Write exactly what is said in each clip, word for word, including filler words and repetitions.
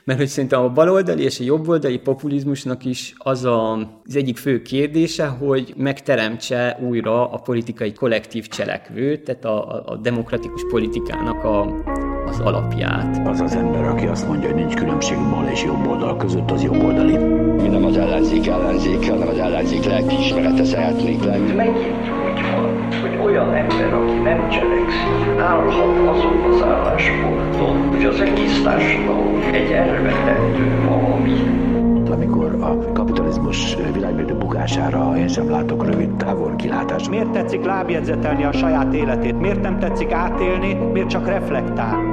Mert hogy szerintem a baloldali és a jobboldali populizmusnak is az a, az egyik fő kérdése, hogy megteremtse újra a politikai kollektív cselekvőt, tehát a, a demokratikus politikának a, az alapját. Az az ember, aki azt mondja, hogy nincs különbség bal és jobb oldal között, az jobboldali. Mi nem az ellenzék ellenzék, hanem az ellenzék lelkiismerete szeretnék lenni. Megint úgy van, hogy olyan ember, aki nem cselekszik, állhat azon az állásponton, hogy az egész társadalom egy elvetendő valami. Amikor a kapitalizmus világméretű bukására én sem látok rövid távol kilátást. Miért tetszik lábjegyzetelni a saját életét? Miért nem tetszik átélni? Miért csak reflektál?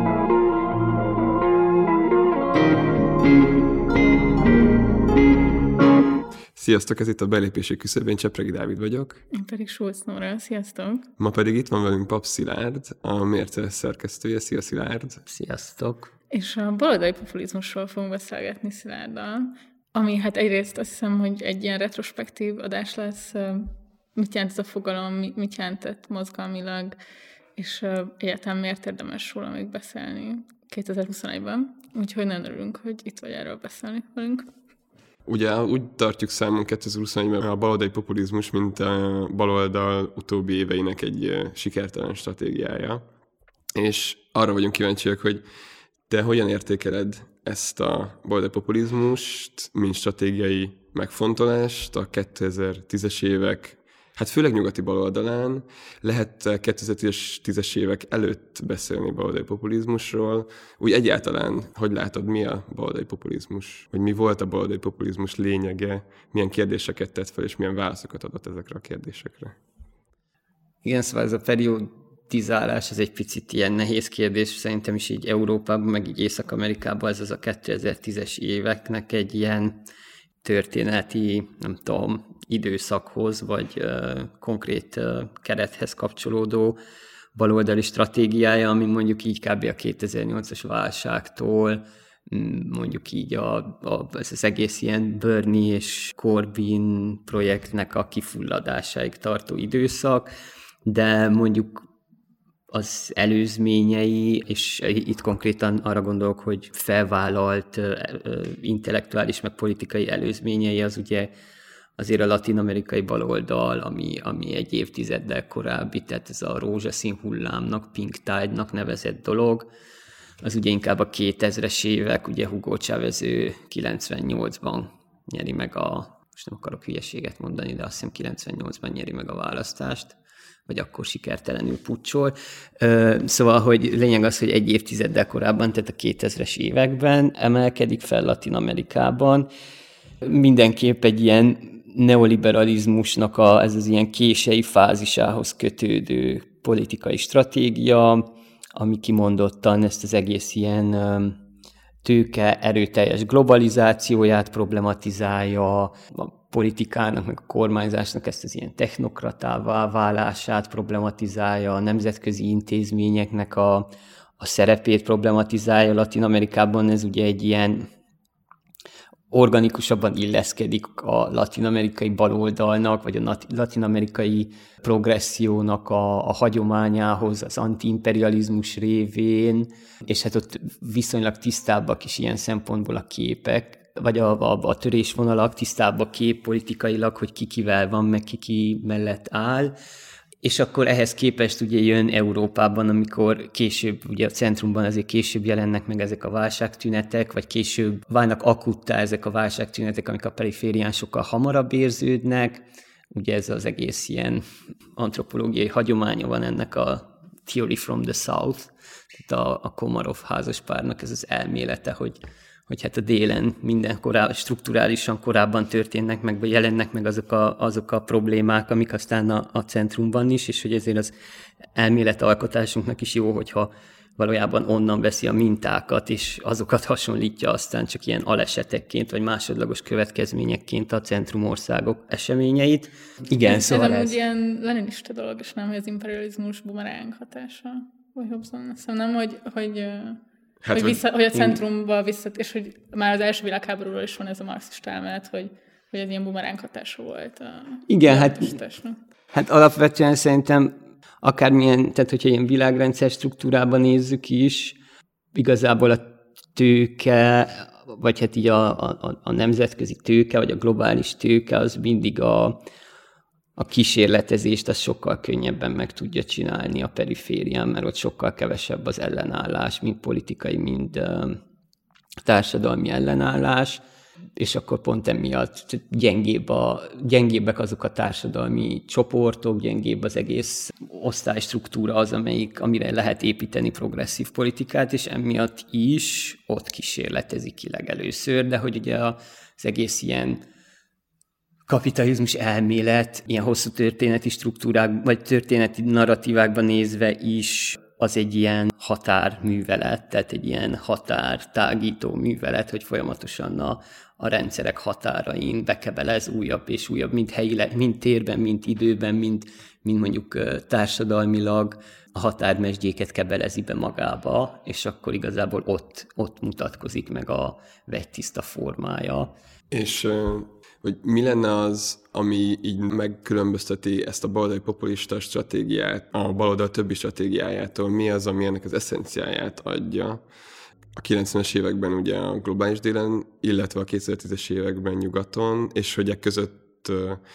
Sziasztok, ez itt a Belépési Küszöb, én Csepregi Dávid vagyok. Én pedig Schulz Nóra, sziasztok. Ma pedig itt van velünk Pap Szilárd, a Mérce szerkesztője. Szia Szilárd! Sziasztok! És a baloldali populizmusról fogunk beszélgetni Szilárddal, ami hát egyrészt azt hiszem, hogy egy ilyen retrospektív adás lesz, mit jelent ez a fogalom, mit jelentett mozgalmilag, és egyáltalán miért érdemes róla még beszélni kétezer-huszonegyben. Úgyhogy nagyon örülünk, hogy itt vagy erről beszélni velünk. Ugye úgy tartjuk számon kétezer-huszonegyben a baloldali populizmus, mint a baloldal utóbbi éveinek egy sikertelen stratégiája. És arra vagyunk kíváncsiak, hogy te hogyan értékeled ezt a baloldali populizmust, mint stratégiai megfontolást a kétezer-tízes évek, hát főleg nyugati baloldalán? Lehet kétezer-tízes évek előtt beszélni baloldali populizmusról? Úgy egyáltalán, hogy látod, mi a baloldali populizmus? Vagy mi volt a baloldali populizmus lényege? Milyen kérdéseket tett fel, és milyen válaszokat adott ezekre a kérdésekre? Igen, szóval ez a periodizálás, ez egy picit ilyen nehéz kérdés, szerintem is így Európában, meg így Észak-Amerikában ez az a kétezer-tízes éveknek egy ilyen történeti, nem tudom, időszakhoz, vagy uh, konkrét uh, kerethez kapcsolódó baloldali stratégiája, ami mondjuk így kb. A kétezer-nyolcas válságtól, mondjuk így a, a, ez az egész ilyen Bernie és Corbyn projektnek a kifulladásáig tartó időszak, de mondjuk az előzményei, és itt konkrétan arra gondolok, hogy felvállalt intellektuális meg politikai előzményei, az ugye azért a latin-amerikai baloldal, ami, ami egy évtizeddel korábbi, tehát ez a rózsaszín hullámnak, Pink Tide-nak nevezett dolog, az ugye inkább a kétezres évek, ugye Hugo Chávez kilencvennyolcban nyeri meg a, most nem akarok hülyeséget mondani, de azt hiszem kilencvennyolcban nyeri meg a választást, vagy akkor sikertelenül puccsol. Szóval, hogy lényeg az, hogy egy évtizeddel korábban, tehát a kétezres években emelkedik fel Latin-Amerikában. Mindenképp egy ilyen neoliberalizmusnak a, ez az ilyen kései fázisához kötődő politikai stratégia, ami kimondottan ezt az egész ilyen tőke erőteljes globalizációját problematizálja, a politikának, meg a kormányzásnak ezt az ilyen technokratává válását problematizálja, a nemzetközi intézményeknek a, a szerepét problematizálja. Latin-Amerikában ez ugye egy ilyen organikusabban illeszkedik a latin-amerikai baloldalnak, vagy a latin-amerikai progressziónak a, a hagyományához, az antiimperializmus révén, és hát ott viszonylag tisztábbak is ilyen szempontból a képek, vagy a, a, a törésvonalak, tisztább a kép politikailag, hogy ki kivel van, meg ki ki mellett áll. És akkor ehhez képest ugye jön Európában, amikor később, ugye a centrumban azért később jelennek meg ezek a válságtünetek, vagy később válnak akuttá ezek a válságtünetek, amik a periférián sokkal hamarabb érződnek. Ugye ez az egész ilyen antropológiai hagyománya van ennek a Theory from the South, tehát a, a Komarov házaspárnak ez az elmélete, hogy hogy hát a délen minden korábban, strukturálisan korábban történnek meg, vagy jelennek meg azok a, azok a problémák, amik aztán a, a centrumban is, és hogy ezért az elméletalkotásunknak is jó, hogyha valójában onnan veszi a mintákat, és azokat hasonlítja aztán csak ilyen alesetekként, vagy másodlagos következményekként a centrumországok eseményeit. Igen, ez szóval ez... ez... ilyen leninista dolog, és nem, hogy az imperializmus bumeráng hatása, vagy Hobson. Szóval nem, hogy... hogy Hát, hogy, vissza, hogy a centrumba visszat, és hogy már az első világháborúról is van ez a marxista elmélet, hogy, hogy ez ilyen bumeráng hatása volt. A Igen, hát, hát alapvetően szerintem akármilyen, tehát hogyha ilyen világrendszer struktúrában nézzük is, igazából a tőke, vagy hát így a, a, a nemzetközi tőke, vagy a globális tőke, az mindig a, a kísérletezést az sokkal könnyebben meg tudja csinálni a periférián, mert ott sokkal kevesebb az ellenállás, mind politikai, mind társadalmi ellenállás, és akkor pont emiatt gyengébb a, gyengébbek azok a társadalmi csoportok, gyengébb az egész osztálystruktúra az, amelyik, amire lehet építeni progresszív politikát, és emiatt is ott kísérletezik ki legelőször, de hogy ugye az egész ilyen kapitalizmus elmélet, ilyen hosszú történeti struktúrák, vagy történeti narratívákban nézve is az egy ilyen határművelet, tehát egy ilyen határtágító művelet, hogy folyamatosan a, a rendszerek határain bekebelez újabb és újabb, mind helyileg, mind térben, mind időben, mind, mind mondjuk társadalmilag a határmesdjéket kebelezi be magába, és akkor igazából ott, ott mutatkozik meg a vegytiszta formája. És hogy mi lenne az, ami így megkülönbözteti ezt a baloldali populista stratégiát a baloldal többi stratégiájától? Mi az, ami ennek az eszenciáját adja? A kilencvenes években ugye a globális délen, illetve a kétezer-tízes években nyugaton, és hogy e között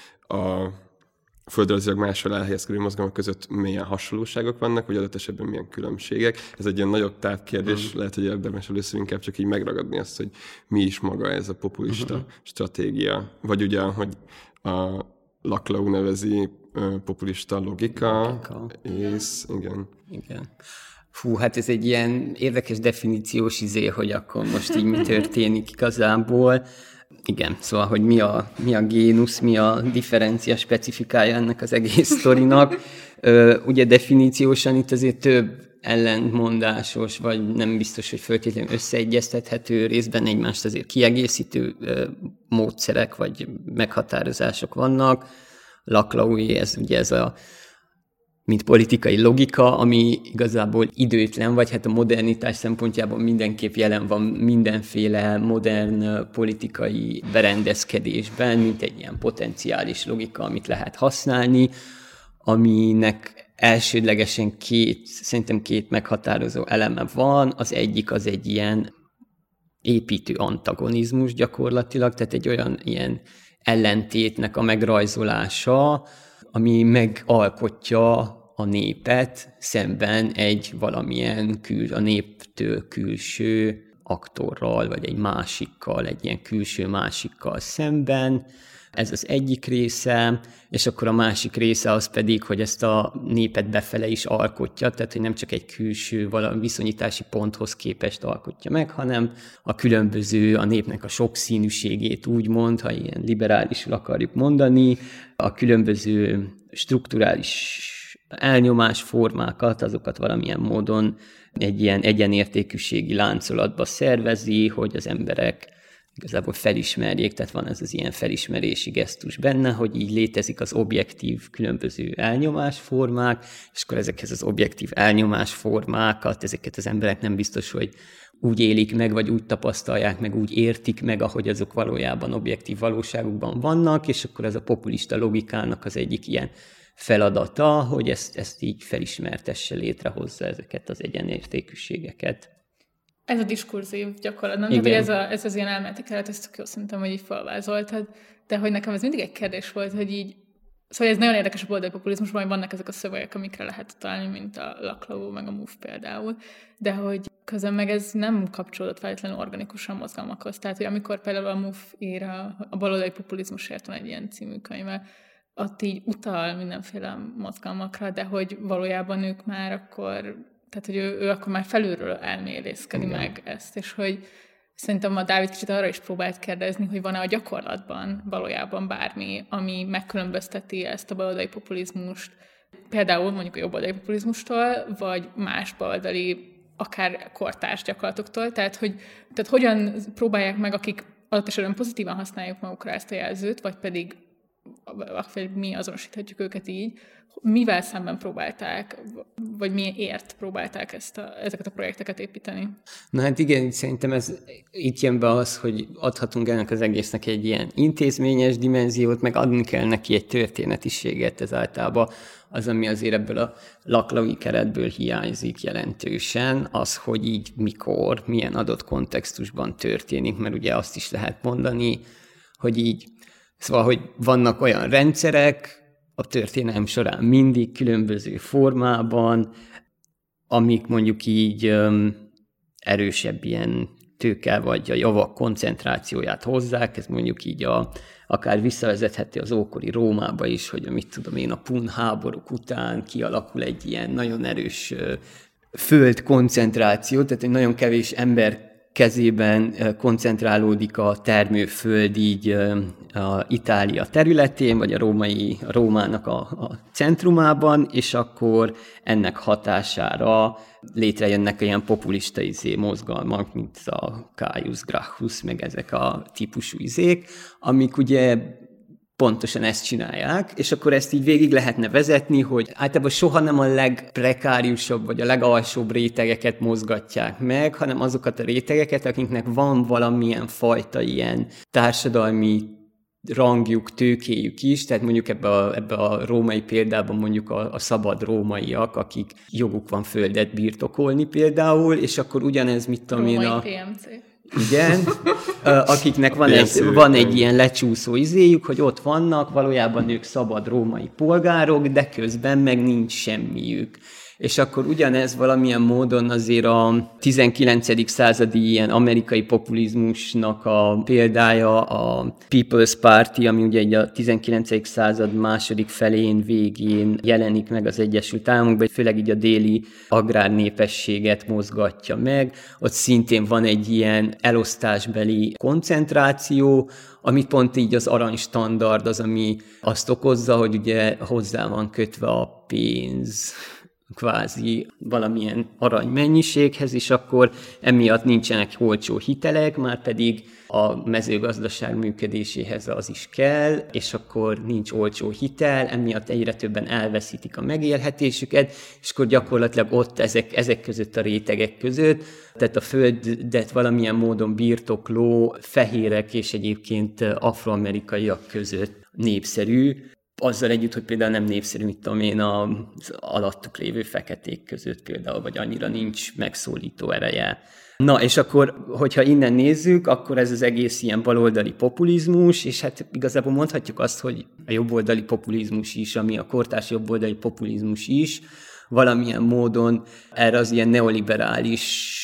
a földrajzilag máshol elhelyezkedő mozgalmak között milyen hasonlóságok vannak, vagy adott esetben milyen különbségek. Ez egy ilyen nagyobb távkérdés, uh-huh. lehet, hogy érdemes először inkább csak így megragadni azt, hogy mi is maga ez a populista uh-huh. stratégia. Vagy ugye, hogy a Laclau nevezi uh, populista logika, logika. és igen. Igen. Fú, hát ez egy ilyen érdekes definíciós izé, hogy akkor most így mi történik igazából. Igen, szóval, hogy mi a, mi a génusz, mi a differencia specifikája ennek az egész sztorinak. Ö, ugye definíciósan itt azért több ellentmondásos, vagy nem biztos, hogy feltétlenül összeegyeztethető, részben egymást azért kiegészítő ö, módszerek, vagy meghatározások vannak. Laclaui, ez ugye ez a mint politikai logika, ami igazából időtlen, vagy hát a modernitás szempontjából mindenképp jelen van mindenféle modern politikai berendezkedésben, mint egy ilyen potenciális logika, amit lehet használni, aminek elsődlegesen két, szerintem két meghatározó eleme van. Az egyik az egy ilyen építő antagonizmus gyakorlatilag, tehát egy olyan ilyen ellentétnek a megrajzolása, ami megalkotja a népet szemben egy valamilyen kül, a néptől külső aktorral, vagy egy másikkal, egy ilyen külső másikkal szemben. Ez az egyik része, és akkor a másik része az pedig, hogy ezt a népet befele is alkotja, tehát hogy nem csak egy külső valami viszonyítási ponthoz képest alkotja meg, hanem a különböző, a népnek a sokszínűségét úgymond, ha ilyen liberálisul akarjuk mondani, a különböző strukturális elnyomásformákat, azokat valamilyen módon egy ilyen egyenértékűségi láncolatba szervezi, hogy az emberek igazából felismerjék, tehát van ez az ilyen felismerési gesztus benne, hogy így létezik az objektív különböző elnyomásformák, és akkor ezekhez az objektív elnyomásformákat, ezeket az emberek nem biztos, hogy úgy élik meg, vagy úgy tapasztalják meg, úgy értik meg, ahogy azok valójában objektív valóságukban vannak, és akkor ez a populista logikának az egyik ilyen feladata, hogy ezt, ezt így felismertesse, létrehozza ezeket az egyenértékűségeket. Ez a diskurzív gyakorlatban, tehát ez, a, ez az ilyen elméleti keret, ezt tök jó szerintem, hogy így felvázoltad, de hogy nekem ez mindig egy kérdés volt, hogy így, szóval ez nagyon érdekes a baloldali populizmusban, hogy vannak ezek a szövegek, amikre lehet találni, mint a Laclau, meg a MOVE például, de hogy közben meg ez nem kapcsolódott feltétlenül organikusan mozgalmakhoz. Tehát, hogy amikor például a MOVE ír a, a baloldali populizmusért van egy ilyen című könyve, ott így utal mindenféle mozgalmakra, de hogy valójában ők már akkor, tehát hogy ő, ő akkor már felülről elmélészkedi Igen. meg ezt, és hogy szerintem a Dávid kicsit arra is próbált kérdezni, hogy van-e a gyakorlatban valójában bármi, ami megkülönbözteti ezt a baloldali populizmust, például mondjuk a jobboldali populizmustól, vagy más baloldali, akár kortárs gyakorlatoktól, tehát hogy tehát hogyan próbálják meg, akik adott esetben pozitívan használjuk magukra ezt a jelzőt, vagy pedig vagy mi azonosíthatjuk őket így, mivel szemben próbálták, vagy miért próbálták ezt a, ezeket a projekteket építeni? Na hát igen, szerintem ez itt jön be az, hogy adhatunk ennek az egésznek egy ilyen intézményes dimenziót, meg adni kell neki egy történetiséget, ez általában az, ami azért ebből a laklói keretből hiányzik jelentősen, az, hogy így mikor, milyen adott kontextusban történik, mert ugye azt is lehet mondani, hogy így, szóval, hogy vannak olyan rendszerek a történelem során mindig különböző formában, amik mondjuk így öm, erősebb ilyen tőke vagy a javak koncentrációját hozzák, ez mondjuk így a, akár visszavezethető az ókori Rómába is, hogy mit tudom én, a pun háborúk után kialakul egy ilyen nagyon erős földkoncentráció, tehát egy nagyon kevés ember kezében koncentrálódik a termőföld így a Itália területén, vagy a római, a Rómának a, a centrumában, és akkor ennek hatására létrejönnek ilyen populista izé mozgalmak, mint a Caius Gracchus, meg ezek a típusú izék, amik ugye pontosan ezt csinálják, és akkor ezt így végig lehetne vezetni, hogy általában soha nem a legprekáriusabb, vagy a legalsóbb rétegeket mozgatják meg, hanem azokat a rétegeket, akiknek van valamilyen fajta ilyen társadalmi rangjuk, tőkéjük is, tehát mondjuk ebbe a, ebbe a római példában mondjuk a, a szabad rómaiak, akik joguk van földet birtokolni például, és akkor ugyanez, mit tudom én a... pé em cé. Igen, akiknek van egy, van egy ilyen lecsúszó izéjük, hogy ott vannak, valójában ők szabad római polgárok, de közben meg nincs semmiük. És akkor ugyanez valamilyen módon azért a tizenkilencedik századi ilyen amerikai populizmusnak a példája a People's Party, ami ugye így a tizenkilencedik század második felén, végén jelenik meg az Egyesült Államokban, főleg így a déli agrárnépességet mozgatja meg. Ott szintén van egy ilyen elosztásbeli koncentráció, amit pont így az aranystandard az, ami azt okozza, hogy ugye hozzá van kötve a pénz, kvázi valamilyen aranymennyiséghez, és akkor emiatt nincsenek olcsó hitelek, már pedig a mezőgazdaság működéséhez az is kell, és akkor nincs olcsó hitel, emiatt egyre többen elveszítik a megélhetésüket, és akkor gyakorlatilag ott ezek, ezek között a rétegek között, tehát a földet valamilyen módon birtokló fehérek és egyébként afroamerikaiak között népszerű, azzal együtt, hogy például nem népszerű, mit tudom én, az alattuk lévő feketék között például, vagy annyira nincs megszólító ereje. Na, és akkor, hogyha innen nézzük, akkor ez az egész ilyen baloldali populizmus, és hát igazából mondhatjuk azt, hogy a jobboldali populizmus is, ami a kortárs jobboldali populizmus is, valamilyen módon erre az ilyen neoliberális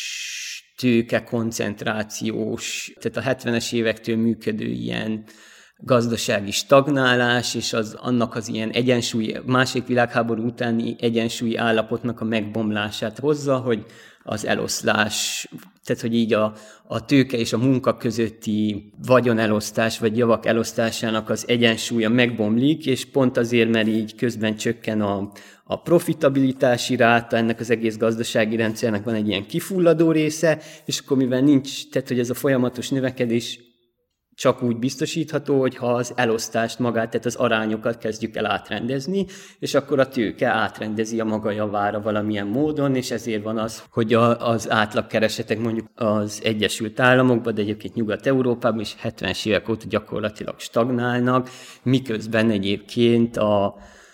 tőke koncentrációs, tehát a hetvenes évektől működő ilyen gazdasági stagnálás, és az, annak az ilyen egyensúly, második világháború utáni egyensúlyi állapotnak a megbomlását hozza, hogy az eloszlás, tehát hogy így a, a tőke és a munka közötti vagyonelosztás, vagy javak elosztásának az egyensúlya megbomlik, és pont azért, mert így közben csökken a, a profitabilitási ráta, ennek az egész gazdasági rendszernek van egy ilyen kifulladó része, és akkor mivel nincs, tehát hogy ez a folyamatos növekedés csak úgy biztosítható, hogyha az elosztást magát, tehát az arányokat kezdjük el átrendezni, és akkor a tőke átrendezi a maga javára valamilyen módon, és ezért van az, hogy a, az átlagkeresetek mondjuk az Egyesült Államokban, de egyébként Nyugat-Európában is hetvenes évek óta gyakorlatilag stagnálnak, miközben egyébként a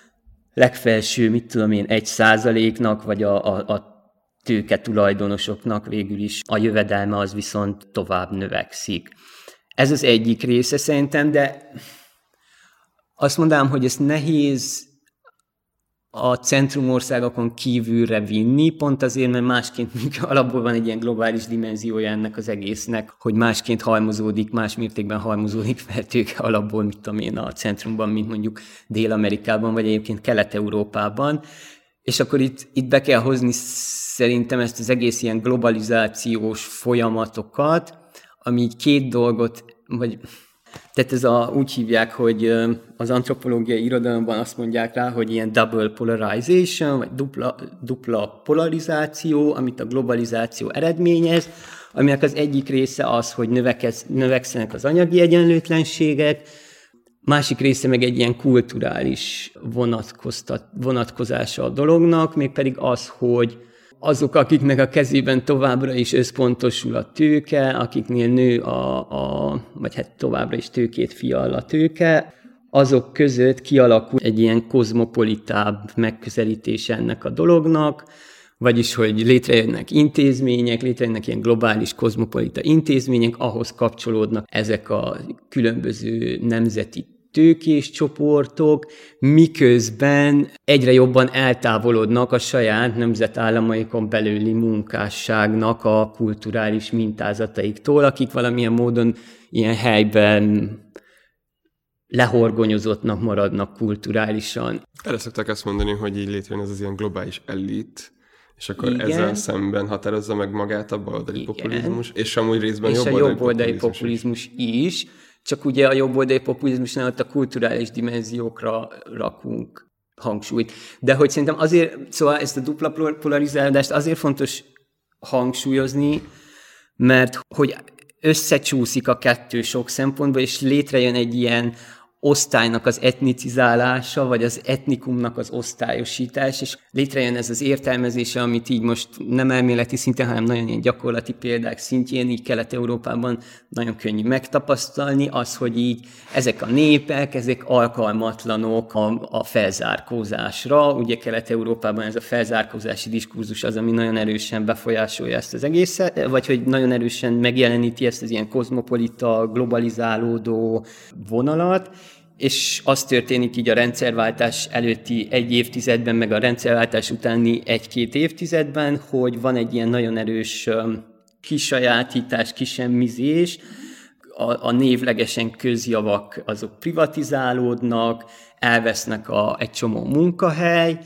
legfelső, mit tudom én, egy százaléknak, vagy a, a, a tőke tulajdonosoknak végül is a jövedelme az viszont tovább növekszik. Ez az egyik része szerintem, de azt mondanám, hogy ezt nehéz a centrumországokon kívülre vinni, pont azért, mert másként alapból van egy ilyen globális dimenziója ennek az egésznek, hogy másként halmozódik, más mértékben halmozódik fel tőke alapból, mit tudom én, a centrumban, mint mondjuk Dél-Amerikában, vagy egyébként Kelet-Európában. És akkor itt, itt be kell hozni szerintem ezt az egész ilyen globalizációs folyamatokat, ami így két dolgot, vagy tehát ez a, úgy hívják, hogy az antropológiai irodalomban azt mondják rá, hogy ilyen double polarization, vagy dupla, dupla polarizáció, amit a globalizáció eredményez, aminek az egyik része az, hogy növekez, növekszenek az anyagi egyenlőtlenségek, Másik része meg egy ilyen kulturális vonatkozása a dolognak, mégpedig az, hogy azok, akiknek a kezében továbbra is összpontosul a tőke, akiknél nő a, a vagy hát továbbra is tőkét fial a tőke, azok között kialakul egy ilyen kozmopolitább megközelítése ennek a dolognak, vagyis, hogy létrejönnek intézmények, létrejönnek ilyen globális kozmopolita intézmények, ahhoz kapcsolódnak ezek a különböző nemzeti tőkés csoportok, miközben egyre jobban eltávolodnak a saját nemzetállamaikon belüli munkásságnak a kulturális mintázataiktól, akik valamilyen módon ilyen helyben lehorgonyozottnak maradnak kulturálisan. Erre szokták azt mondani, hogy így létrejön ez az ilyen globális elit, és akkor igen. Ezzel szemben határozza meg magát a baloldali igen. populizmus, és amúgy részben és jobboldali a jobboldali populizmus, populizmus is. is, csak ugye a jobboldali populizmusnál ott a kulturális dimenziókra rakunk hangsúlyt. De hogy szerintem azért, szóval ezt a dupla polarizálást azért fontos hangsúlyozni, mert hogy összecsúszik a kettő sok szempontból, és létrejön egy ilyen osztálynak az etnicizálása, vagy az etnikumnak az osztályosítás, és létrejön ez az értelmezése, amit így most nem elméleti szinten, hanem nagyon ilyen gyakorlati példák szintjén, így Kelet-Európában nagyon könnyű megtapasztalni, az, hogy így ezek a népek, ezek alkalmatlanok a, a felzárkózásra. Ugye Kelet-Európában ez a felzárkózási diskurzus az, ami nagyon erősen befolyásolja ezt az egészet, vagy hogy nagyon erősen megjeleníti ezt az ilyen kozmopolita, globalizálódó vonalat, és az történik így a rendszerváltás előtti egy évtizedben, meg a rendszerváltás utáni egy-két évtizedben, hogy van egy ilyen nagyon erős kisajátítás, kisemmizés, a, a névlegesen közjavak azok privatizálódnak, elvesznek a, egy csomó munkahely,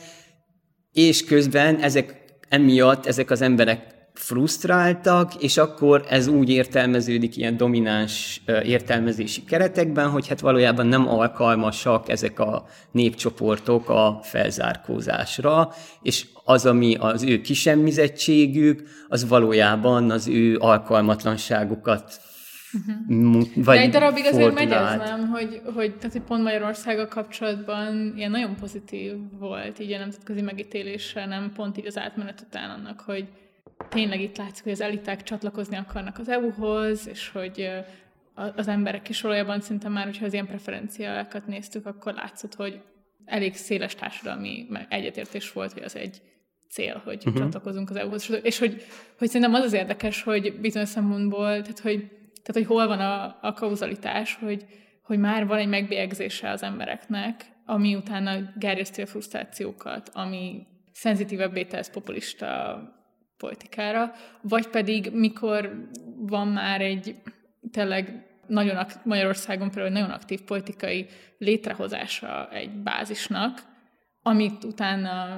és közben ezek emiatt ezek az emberek frusztráltak, és akkor ez úgy értelmeződik ilyen domináns értelmezési keretekben, hogy hát valójában nem alkalmasak ezek a népcsoportok a felzárkózásra, és az, ami az ő kisemmizettségük, az valójában az ő alkalmatlanságukat Uh-huh. Vagy de egy darabig azért megy ez, nem? Hogy, hogy, tehát, hogy pont Magyarországgal kapcsolatban ilyen nagyon pozitív volt így a nemzetközi megítélésre, nem pont így az átmenet után annak, hogy tényleg itt látszik, hogy az eliták csatlakozni akarnak az é u-hoz, és hogy az emberek is valójában szinte már, hogyha az ilyen preferenciákat néztük, akkor látszott, hogy elég széles társadalmi egyetértés volt, hogy az egy cél, hogy uh-huh. csatlakozunk az é u-hoz. És hogy, hogy szerintem az az érdekes, hogy bizonyos szempontból, tehát hogy, tehát, hogy hol van a, a kauzalitás, hogy, hogy már van egy megbélyegzése az embereknek, ami utána gerjeszti a frusztrációkat, ami szenzitívebbé tesz populista politikára, vagy pedig mikor van már egy tényleg nagyon ak- Magyarországon például nagyon aktív politikai létrehozása egy bázisnak, amit utána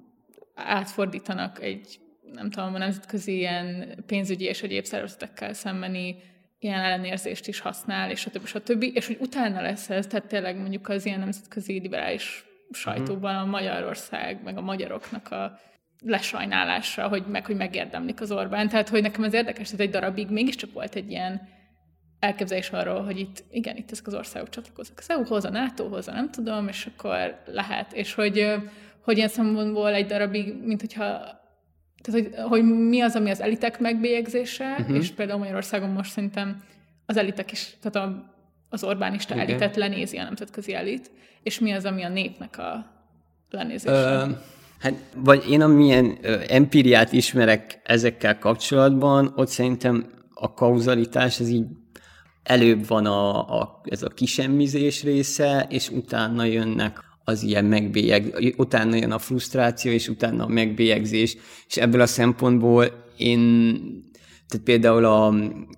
átfordítanak egy, nem tudom, a nemzetközi ilyen pénzügyi és egyéb szervezetekkel szembeni ilyen ellenérzést is használ, és stb. stb. És hogy utána lesz ez, tehát tényleg mondjuk az ilyen nemzetközi liberális sajtóban a Magyarország, meg a magyaroknak a lesajnálása, hogy meg, hogy megérdemlik az Orbán. Tehát, hogy nekem ez érdekes, hogy egy darabig mégiscsak volt egy ilyen elképzelés arról, hogy itt, igen, itt ezek az országok csatlakoznak az é u-hoz, a nátóhoz, a nem tudom, és akkor lehet. És hogy, hogy ilyen szempontból egy darabig, mint hogyha tehát, hogy, hogy mi az, ami az elitek megbélyegzése, uh-huh. és például Magyarországon most szerintem az elitek is, tehát a, az Orbánista igen. elitet lenézi a nemzetközi elit, és mi az, ami a népnek a lenézése. Uh, hát, vagy én amilyen uh, empíriát ismerek ezekkel kapcsolatban, ott szerintem a kauzalitás, ez így előbb van a, a, ez a kisemmizés része, és utána jönnek az ilyen megbélyeg, utána jön a frusztráció, és utána a megbélyegzés, és ebből a szempontból én, tehát például a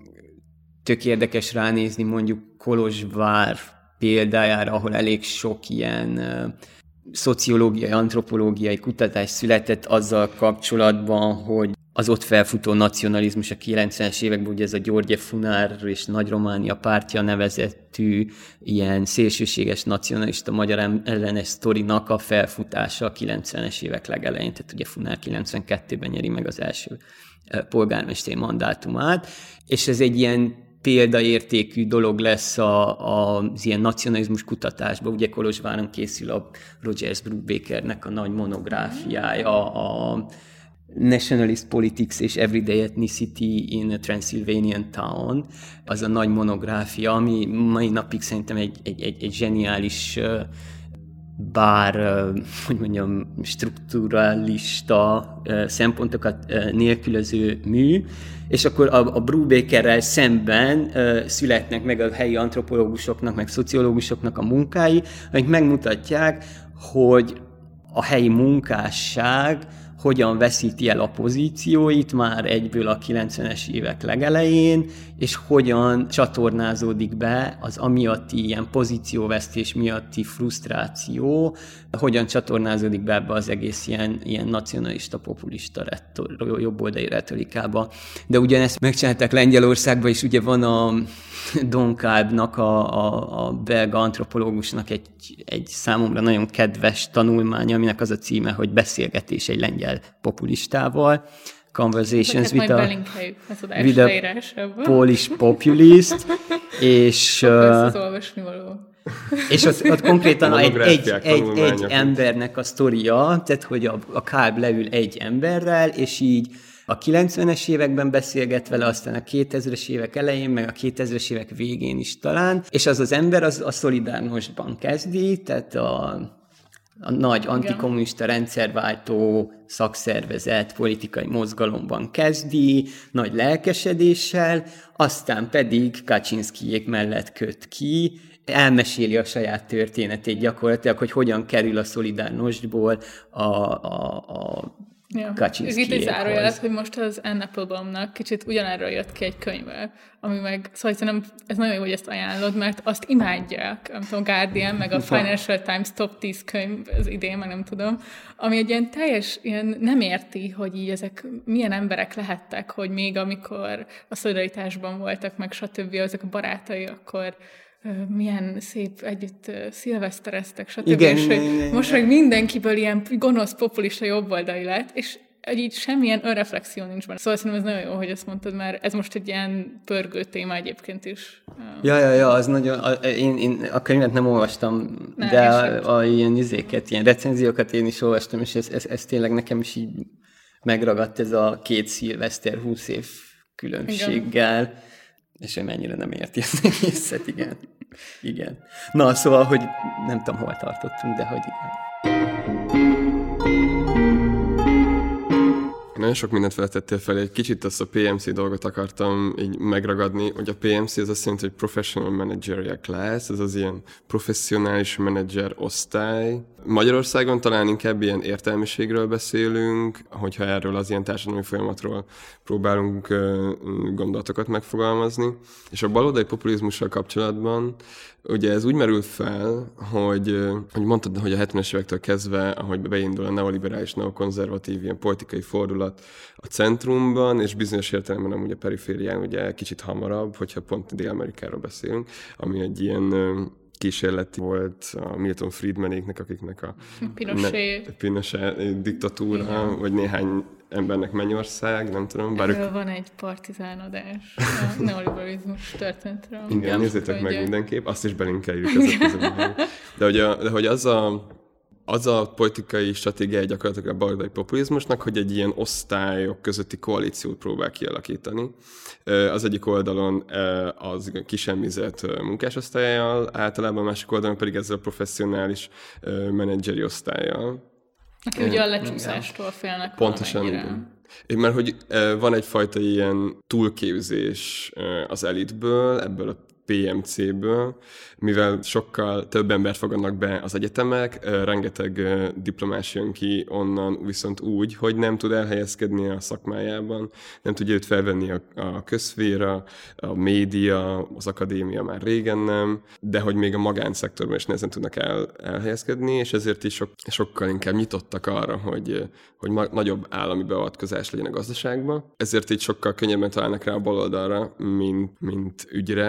tök érdekes ránézni mondjuk Kolozsvár példájára, ahol elég sok ilyen uh, szociológiai, antropológiai kutatás született azzal kapcsolatban, hogy az ott felfutó nacionalizmus a kilencvenes években, ugye ez a György Funár és Nagy Románia pártja nevezettű ilyen szélsőséges nacionalista magyar ellenes sztorinak a felfutása a kilencvenes évek legelején, tehát ugye Funár kilencvenkettőben nyeri meg az első polgármesteri mandátumát, és ez egy ilyen példaértékű dolog lesz a, a, az ilyen nacionalizmus kutatásban. Ugye Kolozsváron készül a Rogers Brubakernek a nagy monográfiája, a Nationalist Politics és Everyday Ethnicity in a Transylvanian Town. Az a nagy monográfia, ami mai napig szerintem egy, egy, egy, egy zseniális, bár, hogy mondjam, strukturalista szempontokat nélkülöző mű, és akkor a, a Brubakerrel szemben uh, születnek meg a helyi antropológusoknak, meg szociológusoknak a munkái, amik megmutatják, hogy a helyi munkásság hogyan veszíti el a pozícióit már egyből a kilencvenes évek legelején, és hogyan csatornázódik be az amiatti ilyen pozícióvesztés miatti frusztráció, hogyan csatornázódik be ebbe az egész ilyen, ilyen nacionalista, populista retor, jobboldali retorikába. De ugyanezt megcsinálták Lengyelországban, és ugye van a Don Kalbnak, a, a, a belga antropológusnak egy, egy számomra nagyon kedves tanulmánya, aminek az a címe, hogy Beszélgetés egy lengyel populistával, Conversations with a, with a Polish Populist, és, és ott, ott konkrétan egy, egy, egy, egy embernek a sztoria, tehát hogy a, a Kalb leül egy emberrel, és így a kilencvenes években beszélget vele, aztán a kétezres évek elején, meg a kétezres évek végén is talán, és az az ember az a Szolidárnosban kezdi, tehát a, a nagy antikommunista rendszerváltó szakszervezet politikai mozgalomban kezdi, nagy lelkesedéssel, aztán pedig Kaczynszkijék mellett köt ki, elmeséli a saját történetét gyakorlatilag, hogy hogyan kerül a Szolidárnosból a, a, a Ja. Ez itt egy zárójelet, hogy most az Anne Applebaumnak kicsit ugyanerről jött ki egy könyve, ami meg, szóval szerintem ez nagyon jó, hogy ezt ajánlod, mert azt imádják, nem tudom, Guardian, meg a Financial Times top tíz könyv az idén, meg nem tudom, ami egy ilyen teljes, ilyen nem érti, hogy így ezek milyen emberek lehettek, hogy még amikor a szolidaritásban voltak, meg stb. Ezek a barátai, akkor milyen szép együtt szilvesztereztek, stb. Igen, és igen, igen, most meg mindenkiből ilyen gonosz, populista jobboldali lett, és így semmilyen önreflexió nincs benne. Szóval szerintem ez nagyon jó, hogy ezt mondtad, mert ez most egy ilyen pörgő téma egyébként is. Ja, ja, ja, az nagyon, a, én, én a könyvet nem olvastam, ne, de a, a ilyen izéket, ilyen recenziókat én is olvastam, és ez, ez, ez tényleg nekem is így megragadt ez a két szilveszter húsz év különbséggel. Igen. És ő mennyire nem érti ezt egészet, igen. Igen. Na, szóval, hogy nem tudom, hol tartottunk, de hogy igen. Nagyon sok mindent feltettél fel, egy kicsit azt a pé em cé dolgot akartam így megragadni, hogy a pé em cé az azt jelenti, hogy Professional Managerial Class, ez az ilyen professzionális menedzser osztály. Magyarországon talán inkább ilyen értelmiségről beszélünk, hogyha erről az ilyen társadalmi folyamatról próbálunk gondolatokat megfogalmazni. És a baloldali populizmussal kapcsolatban ugye ez úgy merül fel, hogy, hogy mondtad, hogy a hetvenes évektől kezdve, ahogy beindul a neoliberális, neokonzervatív ilyen politikai fordulat a centrumban, és bizonyos értelemben amúgy a periférián ugye kicsit hamarabb, hogyha pont Dél-Amerikáról beszélünk, ami egy ilyen kísérleti volt a Milton Friedmanéknek, akiknek a Pinochet, ne, Pinochet diktatúra, igen. Vagy néhány embernek Mennyország, nem tudom. Bár Erről ők... van egy partizánadás a neoliberalizmus történetről. Igen, nézzétek meg mindenképp, azt is belinkeljük ezek. De hogy, a, de hogy az a az a politikai stratégiája gyakorlatilag a baloldali populizmusnak, hogy egy ilyen osztályok közötti koalíciót próbál kialakítani. Az egyik oldalon az kisemmizett munkásosztályjal, általában a másik oldalon pedig ezzel a professzionális menedzseri osztályjal. Aki ugye a lecsúszástól félnek. Pontosan, igen. Mert hogy van egyfajta ilyen túlképzés az elitből, ebből a pé em cé-ből, mivel sokkal több embert fogadnak be az egyetemek, rengeteg diplomás jön ki onnan viszont úgy, hogy nem tud elhelyezkedni a szakmájában, nem tudja őt felvenni a, a közszféra, a média, az akadémia már régen nem, de hogy még a magánszektorban is nehezen tudnak el, elhelyezkedni, és ezért is sok, sokkal inkább nyitottak arra, hogy, hogy ma, nagyobb állami beavatkozás legyen a gazdaságban. Ezért így sokkal könnyebben találnak rá a baloldalra, mint, mint ügyre, politikai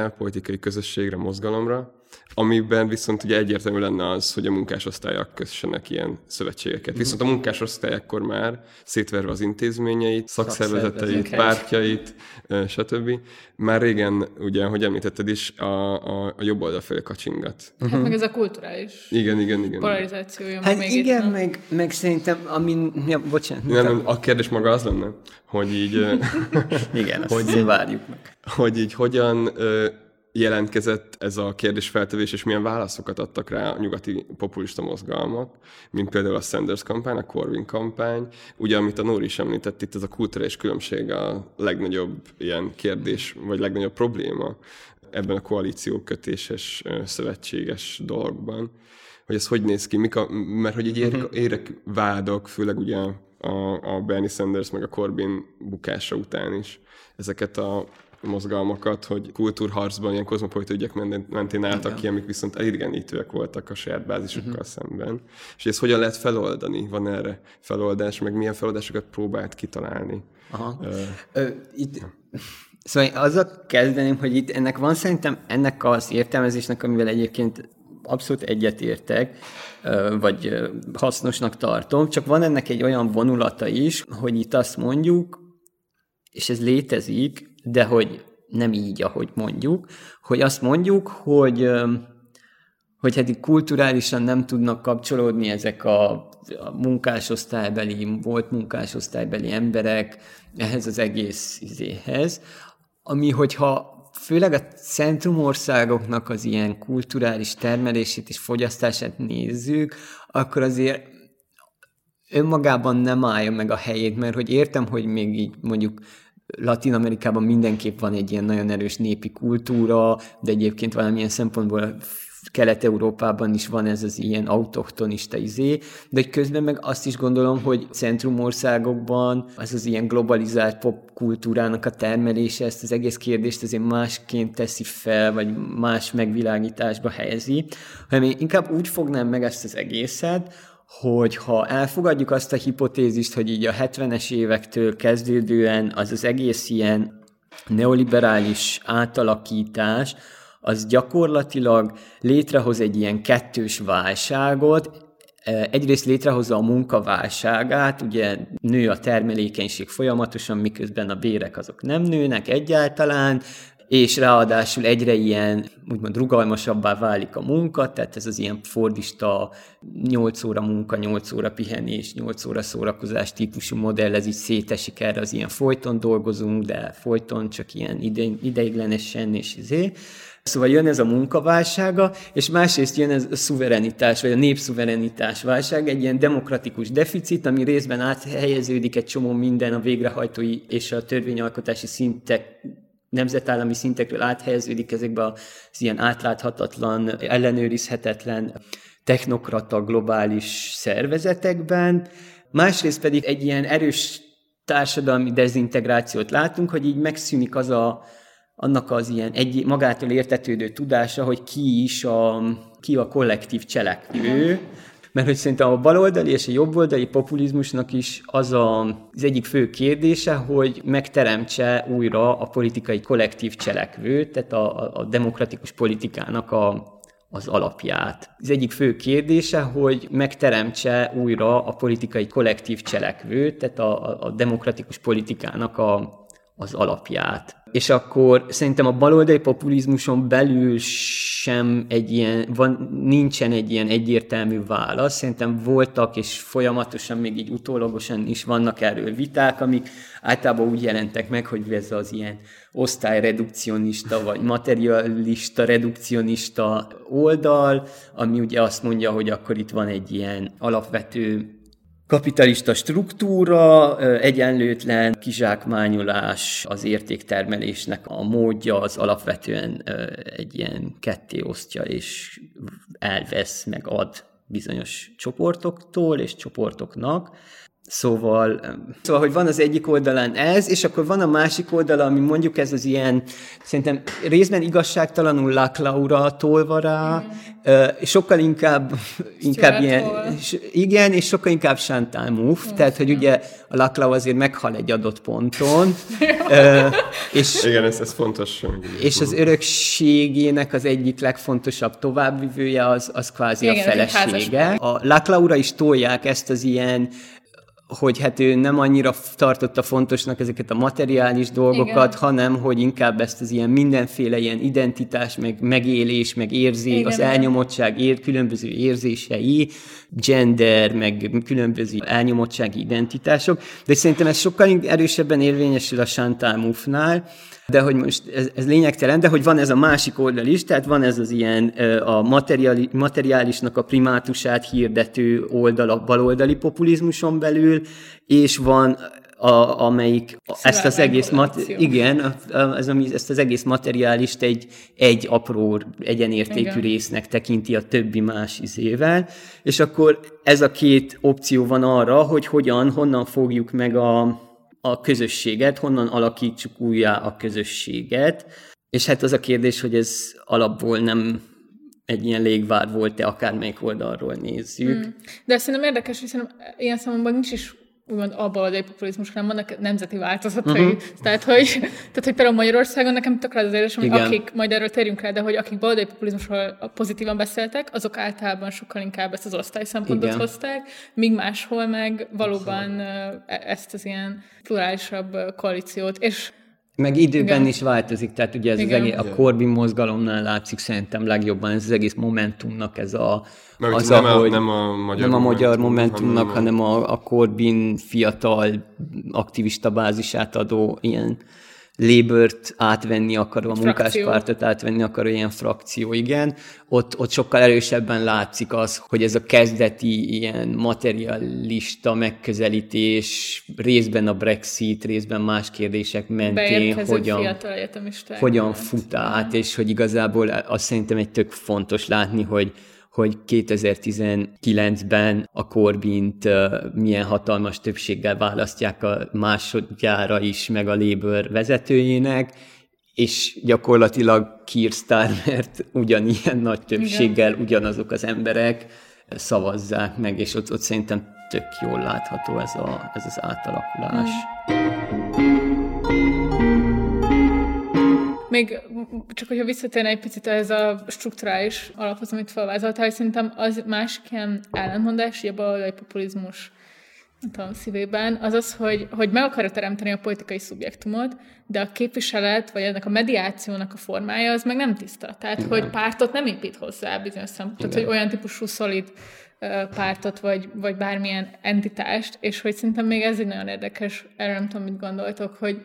politikai közösségre, mozgalomra, amiben viszont ugye egyértelmű lenne az, hogy a munkásosztályak kössenek ilyen szövetségeket. Viszont a munkásosztály akkor már szétverve az intézményeit, szakszervezeteit, pártjait, stb. Már régen, ugye, ahogy említetted is, a, a, a jobb oldal felé kacsingat. Hát uh-huh. meg ez a kulturális igen, igen, igen. polarizációja. Hát még igen, meg, meg szerintem, amin... Ja, bocsánat. Nem, a kérdés maga az lenne, hogy így... igen, azt hogy, várjuk meg. Hogy így hogyan... jelentkezett ez a kérdésfeltevés, és milyen válaszokat adtak rá a nyugati populista mozgalmak, mint például a Sanders kampány, a Corbyn kampány. Ugye, amit a Nóri is említett, itt ez a kulturális különbség a legnagyobb ilyen kérdés, vagy legnagyobb probléma ebben a koalíciókötéses, szövetséges dologban. Hogy ez hogy néz ki, Mik a, mert hogy így ér, érek vádok, főleg ugye a, a Bernie Sanders meg a Corbyn bukása után is ezeket a mozgalmakat, hogy kultúrharcban ilyen kozmopolita ügyek mentén álltak ki, amik viszont elidegenítőek voltak a saját bázisukkal uh-huh. szemben. És ezt hogyan lehet feloldani? Van erre feloldás, meg milyen feloldásokat próbált kitalálni? Aha. Uh, Ö, itt, szóval azzal kezdeném, hogy itt ennek van szerintem ennek az értelmezésnek, amivel egyébként abszolút egyetértek, vagy hasznosnak tartom, csak van ennek egy olyan vonulata is, hogy itt azt mondjuk, és ez létezik, de hogy nem így, ahogy mondjuk, hogy azt mondjuk, hogy, hogy hát itt kulturálisan nem tudnak kapcsolódni ezek a, a munkásosztálybeli, volt munkásosztálybeli emberek ehhez az egész izéhez, ami hogyha főleg a centrumországoknak az ilyen kulturális termelését és fogyasztását nézzük, akkor azért önmagában nem állja meg a helyét, mert hogy értem, hogy még így mondjuk Latin-Amerikában mindenképp van egy ilyen nagyon erős népi kultúra, de egyébként valamilyen szempontból Kelet-Európában is van ez az ilyen autochtonista izé, de közben meg azt is gondolom, hogy centrumországokban az az ilyen globalizált popkultúrának a termelése ezt az egész kérdést azért másként teszi fel, vagy más megvilágításba helyezi, hanem én inkább úgy fognám meg ezt az egészet, hogy ha elfogadjuk azt a hipotézist, hogy így a hetvenes évektől kezdődően az az egész ilyen neoliberális átalakítás, az gyakorlatilag létrehoz egy ilyen kettős válságot. Egyrészt létrehozza a munkaválságát, ugye nő a termelékenység folyamatosan, miközben a bérek azok nem nőnek egyáltalán, és ráadásul egyre ilyen, úgymond rugalmasabbá válik a munka, tehát ez az ilyen fordista nyolc óra munka, nyolc óra pihenés, nyolc óra szórakozás típusú modell, ez így szétesik erre az ilyen folyton dolgozunk, de folyton csak ilyen ide, ideiglenesen, és izé. Szóval jön ez a munkaválsága, és másrészt jön ez a szuverenitás, vagy a népszuverenitás válság, egy ilyen demokratikus deficit, ami részben áthelyeződik egy csomó minden a végrehajtói és a törvényalkotási szintek, nemzetállami szintekről áthelyeződik ezekbe az ilyen átláthatatlan, ellenőrizhetetlen technokrata globális szervezetekben. Másrészt pedig egy ilyen erős társadalmi dezintegrációt látunk, hogy így megszűnik az a, annak az ilyen egy, magától értetődő tudása, hogy ki is a, ki a kollektív cselekvő, mert hogy szerintem a baloldali és a jobboldali populizmusnak is az a, az egyik fő kérdése, hogy megteremtse újra a politikai kollektív cselekvőt, tehát a, a demokratikus politikának a, az alapját. Az egyik fő kérdése, hogy megteremtse újra a politikai kollektív cselekvőt, tehát a, a, a demokratikus politikának a, az alapját. És akkor szerintem a baloldali populizmuson belül sem egy ilyen, van, nincsen egy ilyen egyértelmű válasz. Szerintem voltak, és folyamatosan, még így utólagosan is vannak erről viták, amik általában úgy jelentek meg, hogy ez az ilyen osztályredukcionista, vagy materialista, redukcionista oldal, ami ugye azt mondja, hogy akkor itt van egy ilyen alapvető kapitalista struktúra, egyenlőtlen kizsákmányolás, az értéktermelésnek a módja az alapvetően egy ilyen ketté osztja és elvesz, meg ad bizonyos csoportoktól és csoportoknak. Szóval, szóval, hogy van az egyik oldalán ez, és akkor van a másik oldala, ami mondjuk ez az ilyen, szerintem részben igazságtalanul Laclaura tolva rá, mm. sokkal inkább, inkább ilyen, igen, és sokkal inkább Chantal Mouffe, mm. tehát, hogy ugye a Laclau azért meghal egy adott ponton. és, igen, ez, ez fontos. És az örökségének az egyik legfontosabb továbbvivője az, az kvázi igen, a felesége. A Laclaura is tolják ezt az ilyen, hogy hát ő nem annyira tartotta fontosnak ezeket a materiális dolgokat, igen. hanem hogy inkább ezt az ilyen mindenféle ilyen identitás, meg megélés, meg érzés, igen, az elnyomottság, ér, különböző érzései, gender, meg különböző elnyomottsági identitások, de szerintem ez sokkal erősebben érvényesül a Chantal Mouffe-nál, de hogy most ez, ez lényegtelen, de hogy van ez a másik oldal is, tehát van ez az ilyen a materiali, materiálisnak a primátusát hirdető oldal a baloldali populizmuson belül, és van a, amelyik ezt az egész mat- igen, a, a, ez, ami, ezt az egész materiálist egy, egy apró egyenértékű igen. résznek tekinti a többi más izével, és akkor ez a két opció van arra, hogy hogyan, honnan fogjuk meg a a közösséget, honnan alakítsuk újjá a közösséget, és hát az a kérdés, hogy ez alapból nem egy ilyen légvár volt-e, akármelyik oldalról nézzük. Mm. De szerintem érdekes, hiszen ilyen számomban nincs is úgymond a baloldali populizmus, hanem vannak nemzeti változatai. Uh-huh. Tehát, hogy, tehát, hogy például Magyarországon nekem tökre az érzésem, hogy akik, majd erről térjünk rá, de hogy akik baloldali populizmusról pozitívan beszéltek, azok általában sokkal inkább ezt az osztály szempontot igen. hozták, míg máshol meg valóban ezt az ilyen plurálisabb koalíciót. És meg időben igen. is változik, tehát ugye ez az egész, a Corbyn mozgalomnál látszik szerintem legjobban ez az egész Momentumnak ez a Mert az, nem, ahogy, a, nem a magyar, nem a magyar Momentumnak, hanem, hanem a, a Corbyn fiatal aktivista bázisát adó ilyen Labourt átvenni akaró, a munkáspártot átvenni akaró ilyen frakció, igen. Ott, ott sokkal erősebben látszik az, hogy ez a kezdeti ilyen materialista megközelítés részben a Brexit, részben más kérdések mentén hogyan, hogyan fut át, és hogy igazából azt szerintem egy tök fontos látni, hogy hogy kétezer-tizenkilencben a Corbynt uh, milyen hatalmas többséggel választják a másodjára is, meg a Labour vezetőjének, és gyakorlatilag Keir Starmert ugyanilyen nagy többséggel igen. ugyanazok az emberek szavazzák meg, és ott, ott szerintem tök jól látható ez, a, ez az átalakulás. Mm. Még csak, hogyha visszatérne egy picit ez a strukturális alaphoz, amit felvázoltál, hogy szerintem az másik ilyen ellentmondás, a baloldali populizmus tudom, szívében, az az, hogy, hogy meg akarja teremteni a politikai szubjektumot, de a képviselet, vagy ennek a mediációnak a formája, az meg nem tiszta. Tehát, igen. hogy pártot nem épít hozzá bizonyos szempontból. Tehát, hogy olyan típusú szolid pártot, vagy, vagy bármilyen entitást, és hogy szerintem még ez egy nagyon érdekes, erről nem tudom, mit gondoltok, hogy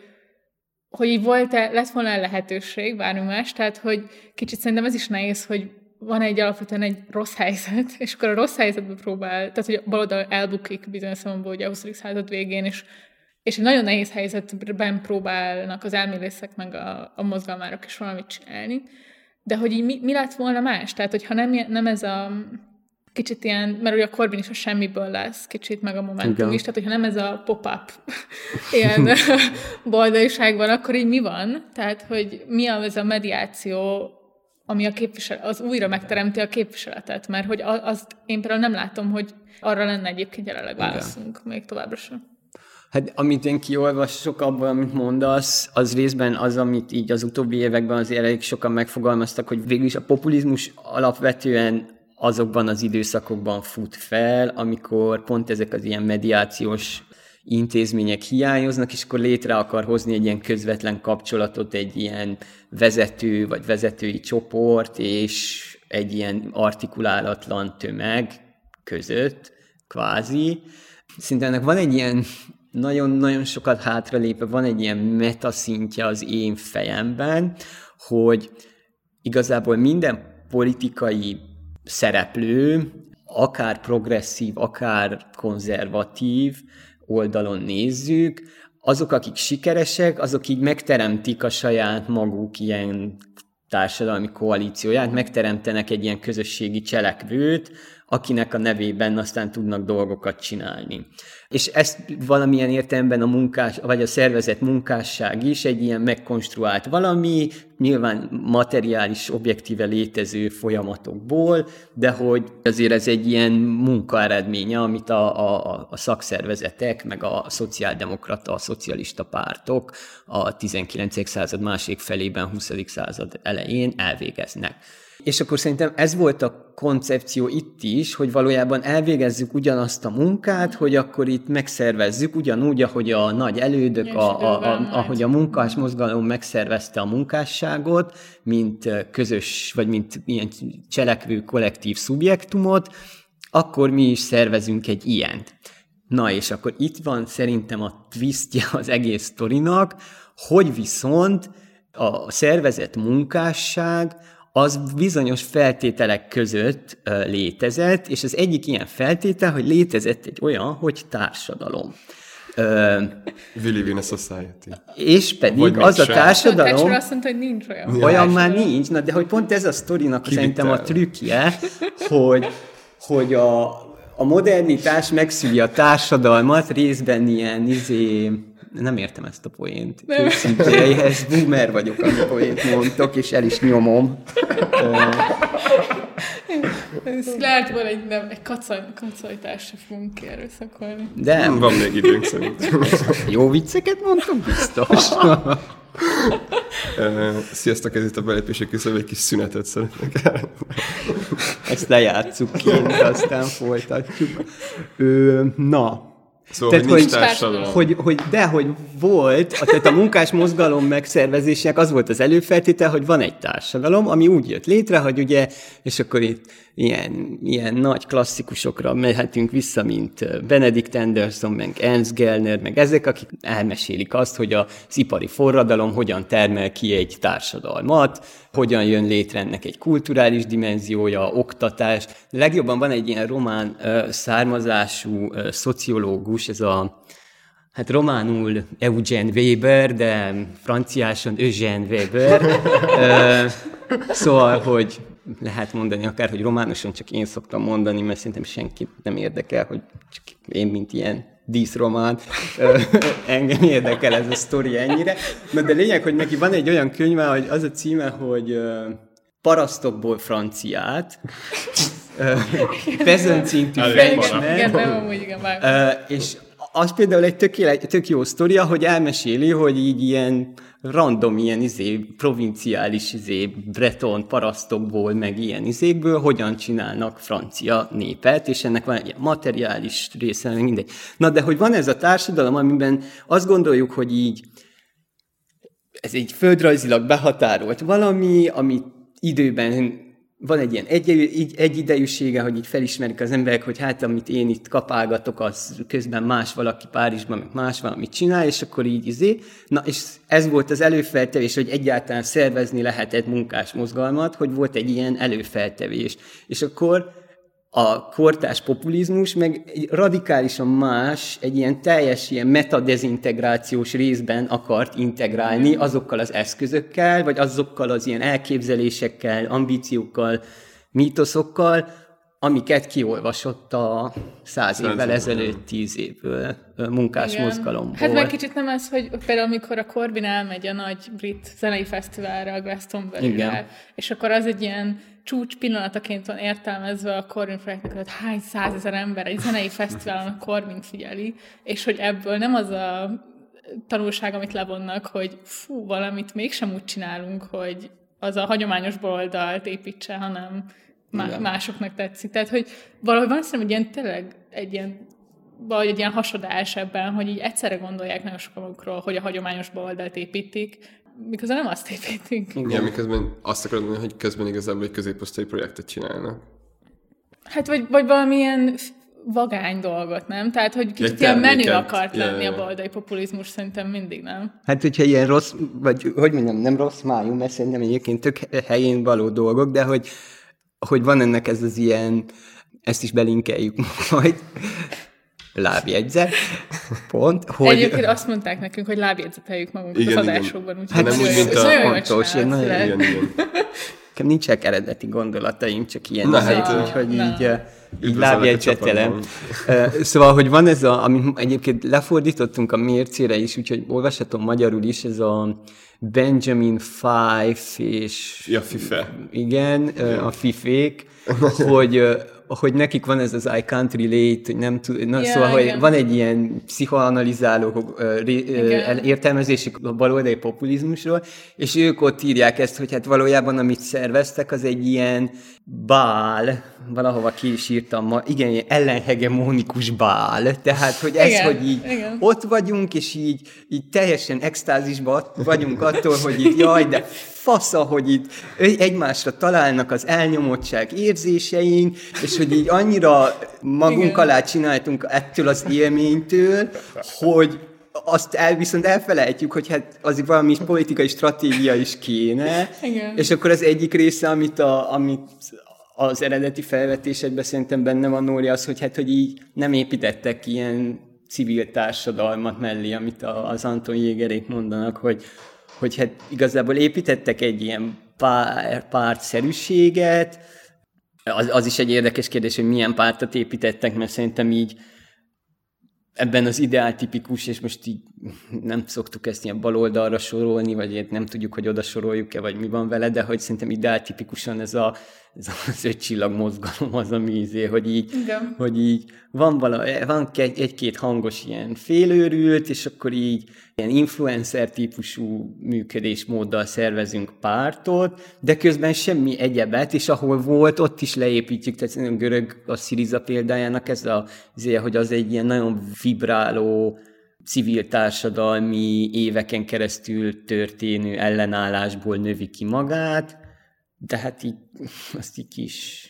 hogy így volt-e, lett volna lehetőség, bármi más, tehát hogy kicsit szerintem ez is nehéz, hogy van egy alapvetően egy rossz helyzet, és akkor a rossz helyzetben próbál, tehát hogy a baloldal elbukik bizonyos szempontból ugye a huszadik század végén, és, és egy nagyon nehéz helyzetben próbálnak az elmélészek meg a, a mozgalmárok is valamit csinálni, de hogy így mi, mi lett volna más? Tehát, hogyha nem, nem ez a kicsit ilyen, mert ugye a Corbyn is a semmiből lesz, kicsit meg a Momentum igen. is, tehát hogyha nem ez a pop-up ilyen baloldaliságban, akkor így mi van? Tehát, hogy mi az a mediáció, ami a képvisel, az újra megteremti a képviseletet, mert hogy azt én például nem látom, hogy arra lenne egyébként jelenleg válaszunk még továbbra sem. Hát amit én kiolvasok abban, amit mondasz, az részben az, amit így az utóbbi években azért elég sokan megfogalmaztak, hogy végülis a populizmus alapvetően azokban az időszakokban fut fel, amikor pont ezek az ilyen mediációs intézmények hiányoznak, és akkor létre akar hozni egy ilyen közvetlen kapcsolatot egy ilyen vezető vagy vezetői csoport és egy ilyen artikulálatlan tömeg között, kvázi. Szinte ennek van egy ilyen nagyon-nagyon sokat hátralépve, van egy ilyen metaszintje az én fejemben, hogy igazából minden politikai szereplő, akár progresszív, akár konzervatív oldalon nézzük, azok, akik sikeresek, azok így megteremtik a saját maguk ilyen társadalmi koalícióját, megteremtenek egy ilyen közösségi cselekvőt, akinek a nevében aztán tudnak dolgokat csinálni. És ezt valamilyen értelemben a munkás, vagy a szervezet munkásság is egy ilyen megkonstruált valami, nyilván materiális, objektíve létező folyamatokból, de hogy azért ez egy ilyen munkaeredménye, amit a, a, a szakszervezetek, meg a szociáldemokrata, a szocialista pártok a tizenkilencedik század második felében, huszadik század elején elvégeznek. És akkor szerintem ez volt a koncepció itt is, hogy valójában elvégezzük ugyanazt a munkát, hogy akkor itt megszervezzük ugyanúgy, ahogy a nagy elődök, a, a, a, ahogy a munkás mozgalom megszervezte a munkásságot, mint közös, vagy mint ilyen cselekvő kollektív szubjektumot, akkor mi is szervezünk egy ilyent. Na és akkor itt van szerintem a twistje az egész sztorinak, hogy viszont a szervezett munkásság az bizonyos feltételek között uh, létezett, és az egyik ilyen feltétel, hogy létezett egy olyan, hogy társadalom. Uh, We live in a society. És pedig az a társadalom... A azt mondta, hogy nincs olyan. Ja, olyan már nincs, na, de hogy pont ez a sztorinak szerintem a trükkje, hogy, hogy a, a modernitás megszüli a társadalmat, részben ilyen izé... Nem értem ezt a poént. Őszintén, boomer vagyok, amit poént mondtok, és el is nyomom. Lehet volna egy, nem, egy kacajtást se fogunk kierőszakolni. De nem. Van még időnk szerintem. Jó vicceket mondtok, biztos. Sziasztok, ez itt a belépési küszöb, egy kis szünetet szeretnék. Ezt lejátsszuk kint, aztán folytatjuk. Ö, na, Szóval, tehát, hogy, hogy, hogy, hogy de, hogy volt, tehát a munkás mozgalom megszervezésének az volt az előfeltétel, hogy van egy társadalom, ami úgy jött létre, hogy ugye, és akkor itt ilyen, ilyen nagy klasszikusokra mehetünk vissza, mint Benedict Anderson, meg Ernst Gellner, meg ezek, akik elmesélik azt, hogy az ipari forradalom hogyan termel ki egy társadalmat, hogyan jön létre ennek egy kulturális dimenziója, oktatás. De legjobban van egy ilyen román uh, származású uh, szociológus, ez a, hát románul Eugen Weber, de franciáson Eugène Weber. uh, szóval, hogy lehet mondani akár, hogy románosan csak én szoktam mondani, mert szerintem senki nem érdekel, hogy csak én, mint ilyen díszromán, engem érdekel ez a sztori ennyire. Na de lényeg, hogy neki van egy olyan könyve, hogy az a címe, hogy Parasztokból franciát, peasant-szintű Frenchman, és az például egy tök, tök jó sztoria, hogy elmeséli, hogy így ilyen random ilyen izé, provinciális izé, breton parasztokból, meg ilyen izékből hogyan csinálnak francia népet, és ennek van egy ilyen materiális része, mindegy. Na, de hogy van ez a társadalom, amiben azt gondoljuk, hogy így ez egy földrajzilag behatárolt valami, ami időben van egy ilyen egy, egyidejűsége, hogy így felismerik az emberek, hogy hát amit én itt kapálgatok, az közben más valaki Párizsban, meg más valamit csinál, és akkor így izé. Na, és ez volt az előfeltevés, hogy egyáltalán szervezni lehetett munkás mozgalmat, hogy volt egy ilyen előfeltevés. És akkor a kortárs populizmus meg egy radikálisan más, egy ilyen teljes ilyen metadezintegrációs részben akart integrálni azokkal az eszközökkel, vagy azokkal az ilyen elképzelésekkel, ambíciókkal, mítoszokkal, amiket kiolvasott a száz évvel ezelőtt, tíz évből munkás igen. mozgalomból. Hát meg kicsit nem az, hogy például amikor a Corbyn elmegy a nagy brit zenei fesztiválra, a Glastonbury-re, és akkor az egy ilyen csúcs pillanataként van értelmezve a Corbyn projektnek, hogy hány százezer ember egy zenei fesztiválon a Corbynt figyeli, és hogy ebből nem az a tanulság, amit levonnak, hogy fú, valamit mégsem úgy csinálunk, hogy az a hagyományos baloldalt építse, hanem má- másoknak tetszik. Tehát, hogy valahogy van szerintem egy ilyen, tényleg egy ilyen, vagy egy ilyen hasadás ebben, hogy így egyszerre gondolják nagyon sokakról, hogy a hagyományos baloldalt építik, miközben nem azt építik. Igen, miközben azt akarod mondani, hogy közben igazából egy középosztályi projektet csinálnak. Hát vagy, vagy valamilyen vagány dolgot, nem? Tehát, hogy kicsit ilyen menő akart ja, lenni ja. a baloldali populizmus, szerintem mindig, nem? Hát, hogyha ilyen rossz, vagy hogy mondjam, nem rossz májú, mert szerintem egyébként tök helyén való dolgok, de hogy, hogy van ennek ez az ilyen, ezt is belinkeljük majd, lábjegyzet, pont. Hogy... Egyébként azt mondták nekünk, hogy lábjegyzeteljük magunkat igen, az adásokban. Hát nem úgy, mint a... Fontos, én nagyon... Igen, igen. Nekem nincsenek eredeti gondolataim, csak ilyen na, azért, hát, úgyhogy na. így... így lábjegyzetelem. Szóval, hogy van ez a, amit egyébként lefordítottunk a mércére is, úgyhogy olvashatom magyarul is, ez a Benjamin Fife és... Ja, Fife. Igen, ja. A fifék, hogy... hogy nekik van ez az I can't relate, hogy nem tud, na, yeah, szóval, igen. Hogy van egy ilyen pszichoanalizáló uh, értelmezésük a baloldali populizmusról, és ők ott írják ezt, hogy hát valójában amit szerveztek, az egy ilyen bál, valahova ki is írtam ma, igen, ilyen ellenhegemonikus bál, tehát, hogy ez, igen, hogy így igen. Ott vagyunk, és így, így teljesen extázisban vagyunk attól, hogy így jaj, de fasza, hogy itt egymásra találnak az elnyomottság érzéseink, és hogy így annyira magunk igen. Alá csináltunk ettől az élménytől, hogy azt el, viszont elfelejtjük, hogy hát azért valami politikai stratégia is kéne, igen. És akkor az egyik része, amit, a, amit az eredeti felvetésedben szerintem benne van, Nóri, az, hogy hát, hogy így nem építettek ilyen civil társadalmat mellé, amit az Anton Jägerék mondanak, hogy hogy hát igazából építettek egy ilyen pár, pártszerűséget, az, az is egy érdekes kérdés, hogy milyen pártot építettek, mert szerintem így ebben az ideáltipikus, és most így nem szoktuk ezt ilyen baloldalra sorolni, vagy nem tudjuk, hogy oda soroljuk-e, vagy mi van vele, de hogy szerintem ideáltipikusan ez, a, ez az öt csillag mozgalom az, ami izé, hogy így, hogy így van, vala, van egy-két hangos ilyen félőrült, és akkor így ilyen influencer típusú működésmóddal szervezünk pártot, de közben semmi egyebet, és ahol volt, ott is leépítjük, tehát a görög, a Syriza példájának ez a, azért, hogy az egy ilyen nagyon vibráló, civil társadalmi éveken keresztül történő ellenállásból növi ki magát, de hát így azt így kis,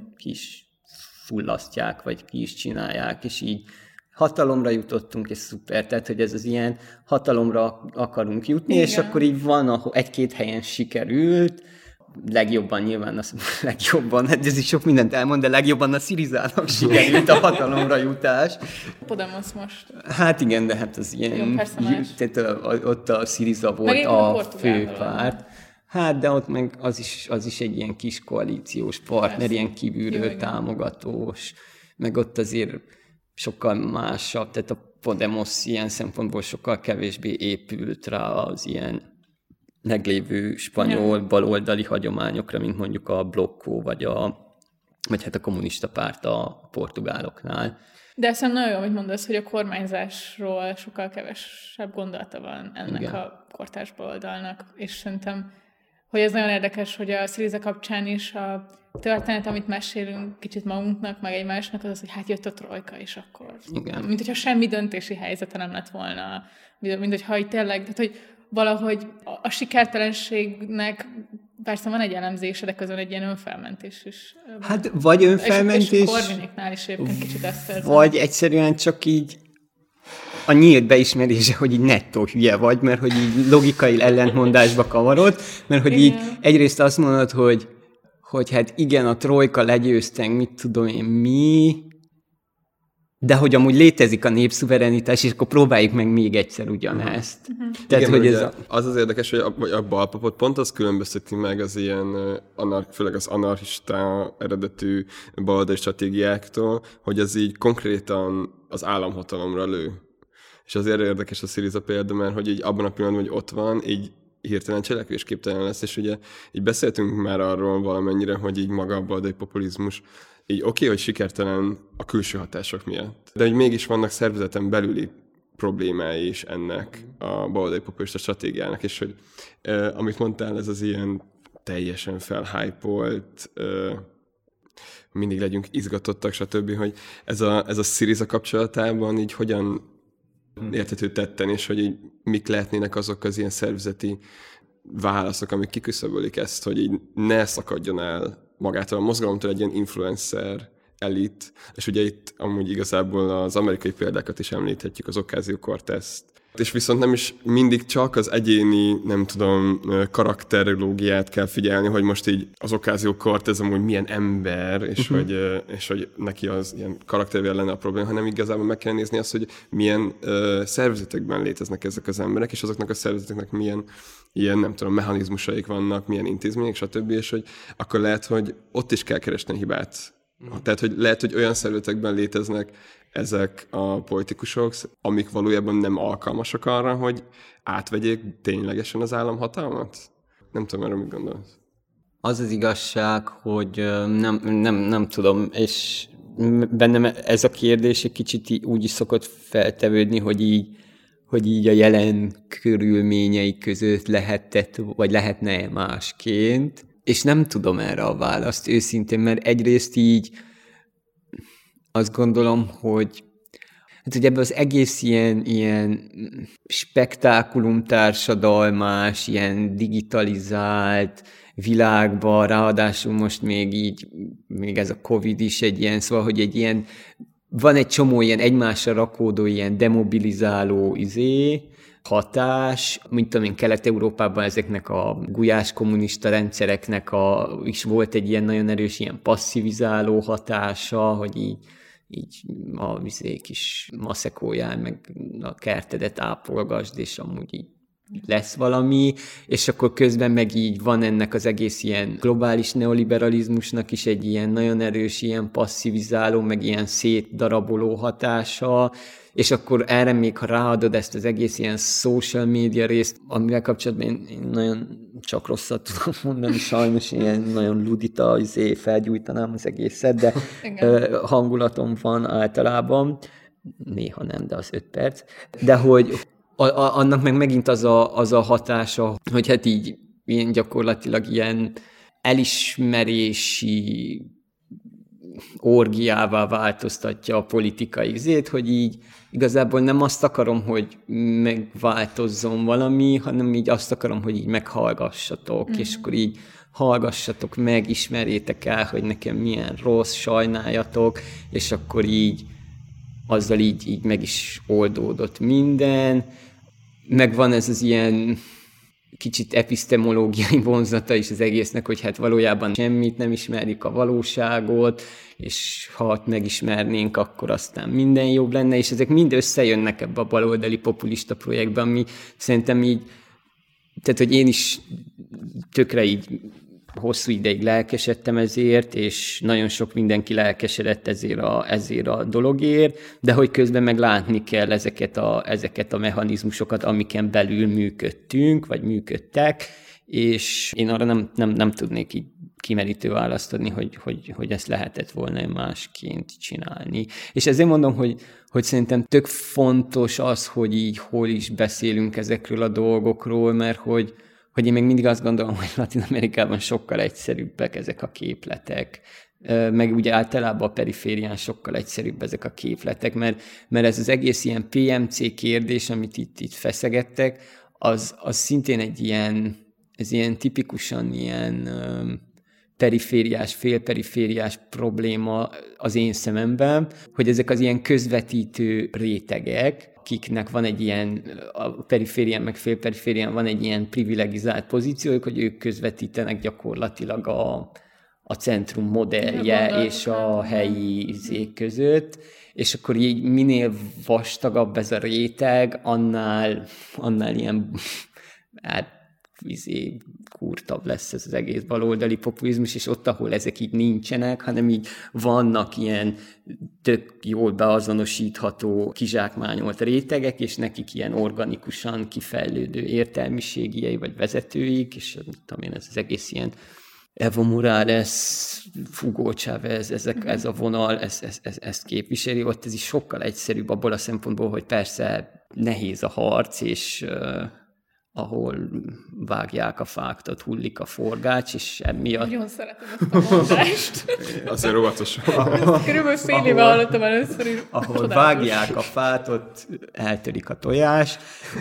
kis fullasztják, vagy ki is csinálják, és így hatalomra jutottunk, és szuper, tehát, hogy ez az ilyen hatalomra akarunk jutni, igen. És akkor így van, ahol egy-két helyen sikerült, legjobban nyilván, az, legjobban, hát ez is sok mindent elmond, de legjobban a Syrizának sikerült a hatalomra jutás. Podemos most. Hát igen, de hát az ilyen, jó, tehát a, a, ott a Syriza volt meg a, a főpárt. Hát, de ott meg az is, az is egy ilyen kis koalíciós partner, persze. Ilyen kívülről jó, támogatós, meg ott azért sokkal másabb, tehát a Podemos ilyen szempontból sokkal kevésbé épült rá az ilyen meglévő spanyol baloldali hagyományokra, mint mondjuk a Blokkó, vagy, a, vagy hát a kommunista párt a portugáloknál. De azt nagyon jó, amit mondasz, hogy a kormányzásról sokkal kevesebb gondolata van ennek igen. A kortárs baloldalnak, és szerintem, hogy ez nagyon érdekes, hogy a Syriza kapcsán is a történet, amit mesélünk kicsit magunknak, meg egymásnak, az az, hogy hát jött a trojka, és akkor... Igen. Mint hogyha semmi döntési helyzete nem lett volna, mint hogyha így tényleg, tehát hogy valahogy a sikertelenségnek persze van egy elemzése, de közben egy ilyen önfelmentés is. Hát vagy önfelmentés, és, és Korvinéknál is egyébként kicsit ezt érzem. Vagy egyszerűen csak így a nyílt beismerése, hogy így nettó hülye vagy, mert hogy így logikai ellentmondásba kavarod, mert hogy igen. Így egyrészt azt mondod, hogy, hogy hát igen, a trojka legyőzteng, mit tudom én mi, de hogy amúgy létezik a népszuverenitás, és akkor próbáljuk meg még egyszer ugyanezt. Uh-huh. Tehát, igen, hogy ez a... az az érdekes, hogy a, a balpapot pont az különbözteti meg az ilyen, anar, főleg az anarchista eredetű baloldali stratégiáktól, hogy az így konkrétan az államhatalomra lő. És azért érdekes a Syriza példa, mert hogy így abban a pillanatban, hogy ott van, így hirtelen cselekvésképtelen lesz, és ugye így beszéltünk már arról valamennyire, hogy így maga a baloldali populizmus így oké, okay, hogy sikertelen a külső hatások miatt, de hogy mégis vannak szervezeten belüli problémái is ennek a baloldali populista stratégiának, és hogy eh, amit mondtál, ez az ilyen teljesen felhypolt, eh, mindig legyünk izgatottak, stb., hogy ez a, ez a Syriza kapcsolatában így hogyan érthető tetten, és hogy így mik lehetnének azok az ilyen szervezeti válaszok, amik kiküszöbölik ezt, hogy így ne szakadjon el magától a mozgalomtól egy ilyen influencer elit, és ugye itt amúgy igazából az amerikai példákat is említhetjük, az Ocasio-Cortezt. És viszont nem is mindig csak az egyéni, nem tudom, karakterológiát kell figyelni, hogy most így az Ocasio-Cortez amúgy milyen ember, és, uh-huh. hogy, és hogy neki az ilyen karaktervel lenne a probléma, hanem igazából meg kell nézni azt, hogy milyen uh, szervezetekben léteznek ezek az emberek, és azoknak a szervezeteknek milyen ilyen, nem tudom, mechanizmusaik vannak, milyen intézmények, stb. És hogy akkor lehet, hogy ott is kell keresni a hibát Tehát, hogy lehet, hogy olyan szervezetekben léteznek ezek a politikusok, amik valójában nem alkalmasak arra, hogy átvegyék ténylegesen az államhatalmat? Nem tudom, erről mit gondolsz. Az az igazság, hogy nem, nem, nem tudom, és bennem ez a kérdés egy kicsit úgy is szokott feltevődni, hogy így, hogy így a jelen körülményei között lehetett, vagy lehetne másként, és nem tudom erre a választ őszintén, mert egyrészt így azt gondolom, hogy hát, hogy ebben az egész ilyen, ilyen spektákulum társadalmás, ilyen digitalizált világban, ráadásul most még így, még ez a Covid is egy ilyen, szóval, hogy egy ilyen, van egy csomó ilyen egymásra rakódó, ilyen demobilizáló izé, hatás, mint tudom én, Kelet-Európában ezeknek a gulyás kommunista rendszereknek a, is volt egy ilyen nagyon erős ilyen passzivizáló hatása, hogy így, így a vizé kis maszekójál, meg a kertedet ápolgasd, és amúgy így lesz valami, és akkor közben meg így van ennek az egész ilyen globális neoliberalizmusnak is egy ilyen nagyon erős, ilyen passzivizáló, meg ilyen szétdaraboló hatása, és akkor erre még, ha ráadod ezt az egész ilyen social media részt, amivel kapcsolatban én, én nagyon csak rosszat tudom mondani, sajnos ilyen nagyon ludita, izé, felgyújtanám az egészet, de uh, hangulatom van általában, néha nem, de az öt perc, de hogy a, a, annak meg megint az a, az a hatása, hogy hát így ilyen gyakorlatilag ilyen elismerési orgiává változtatja a politikai izét, hogy így igazából nem azt akarom, hogy megváltozzon valami, hanem így azt akarom, hogy így meghallgassatok, mm-hmm. és akkor így hallgassatok meg, ismerjétek el, hogy nekem milyen rossz, sajnáljatok, és akkor így azzal így, így meg is oldódott minden. Megvan ez az ilyen kicsit epistemológiai vonzata is az egésznek, hogy hát valójában semmit nem ismerjük a valóságot, és ha megismernénk, akkor aztán minden jobb lenne, és ezek mind összejönnek ebbe a baloldali populista projektben, ami szerintem így, tehát hogy én is tökre így hosszú ideig lelkesedtem ezért, és nagyon sok mindenki lelkesedett ezért a, ezért a dologért, de hogy közben meg látni kell ezeket a, ezeket a mechanizmusokat, amiken belül működtünk, vagy működtek, és én arra nem, nem, nem tudnék így kimerítő választ adni, hogy, hogy, hogy ezt lehetett volna másként csinálni. És ezért mondom, hogy, hogy szerintem tök fontos az, hogy így hol is beszélünk ezekről a dolgokról, mert hogy hogy én még mindig azt gondolom, hogy Latin-Amerikában sokkal egyszerűbbek ezek a képletek, meg ugye általában a periférián sokkal egyszerűbb ezek a képletek, mert, mert ez az egész ilyen pé em cé kérdés, amit itt, itt feszegettek, az, az szintén egy ilyen, ez ilyen tipikusan ilyen perifériás, félperifériás probléma az én szememben, hogy ezek az ilyen közvetítő rétegek, akiknek van egy ilyen, a periférián meg félperiférián van egy ilyen privilegizált pozíciójuk, hogy ők közvetítenek gyakorlatilag a, a centrum modellje a és a helyi izék között, és akkor így minél vastagabb ez a réteg, annál, annál ilyen hát, izé, kurtabb lesz ez az egész baloldali populizmus, és ott, ahol ezek így nincsenek, hanem így vannak ilyen tök jól beazonosítható, kizsákmányolt rétegek, és nekik ilyen organikusan kifejlődő értelmiségiei vagy vezetőik, és tudom én, ez az egész ilyen Evo Morales, Hugo Chávez, ezek, ez a vonal, ez, ez, ez, ezt képviseli, ott ez is sokkal egyszerűbb abból a szempontból, hogy persze nehéz a harc, és uh, ahol vágják a fákat, ott hullik a forgács, és emiatt... Nagyon szeretem ezt a mondást. Azért óvatosan. Körülbelül fél éve hallottam először is. Ahol Csodálatos. vágják a fát, ott eltörik a tojás.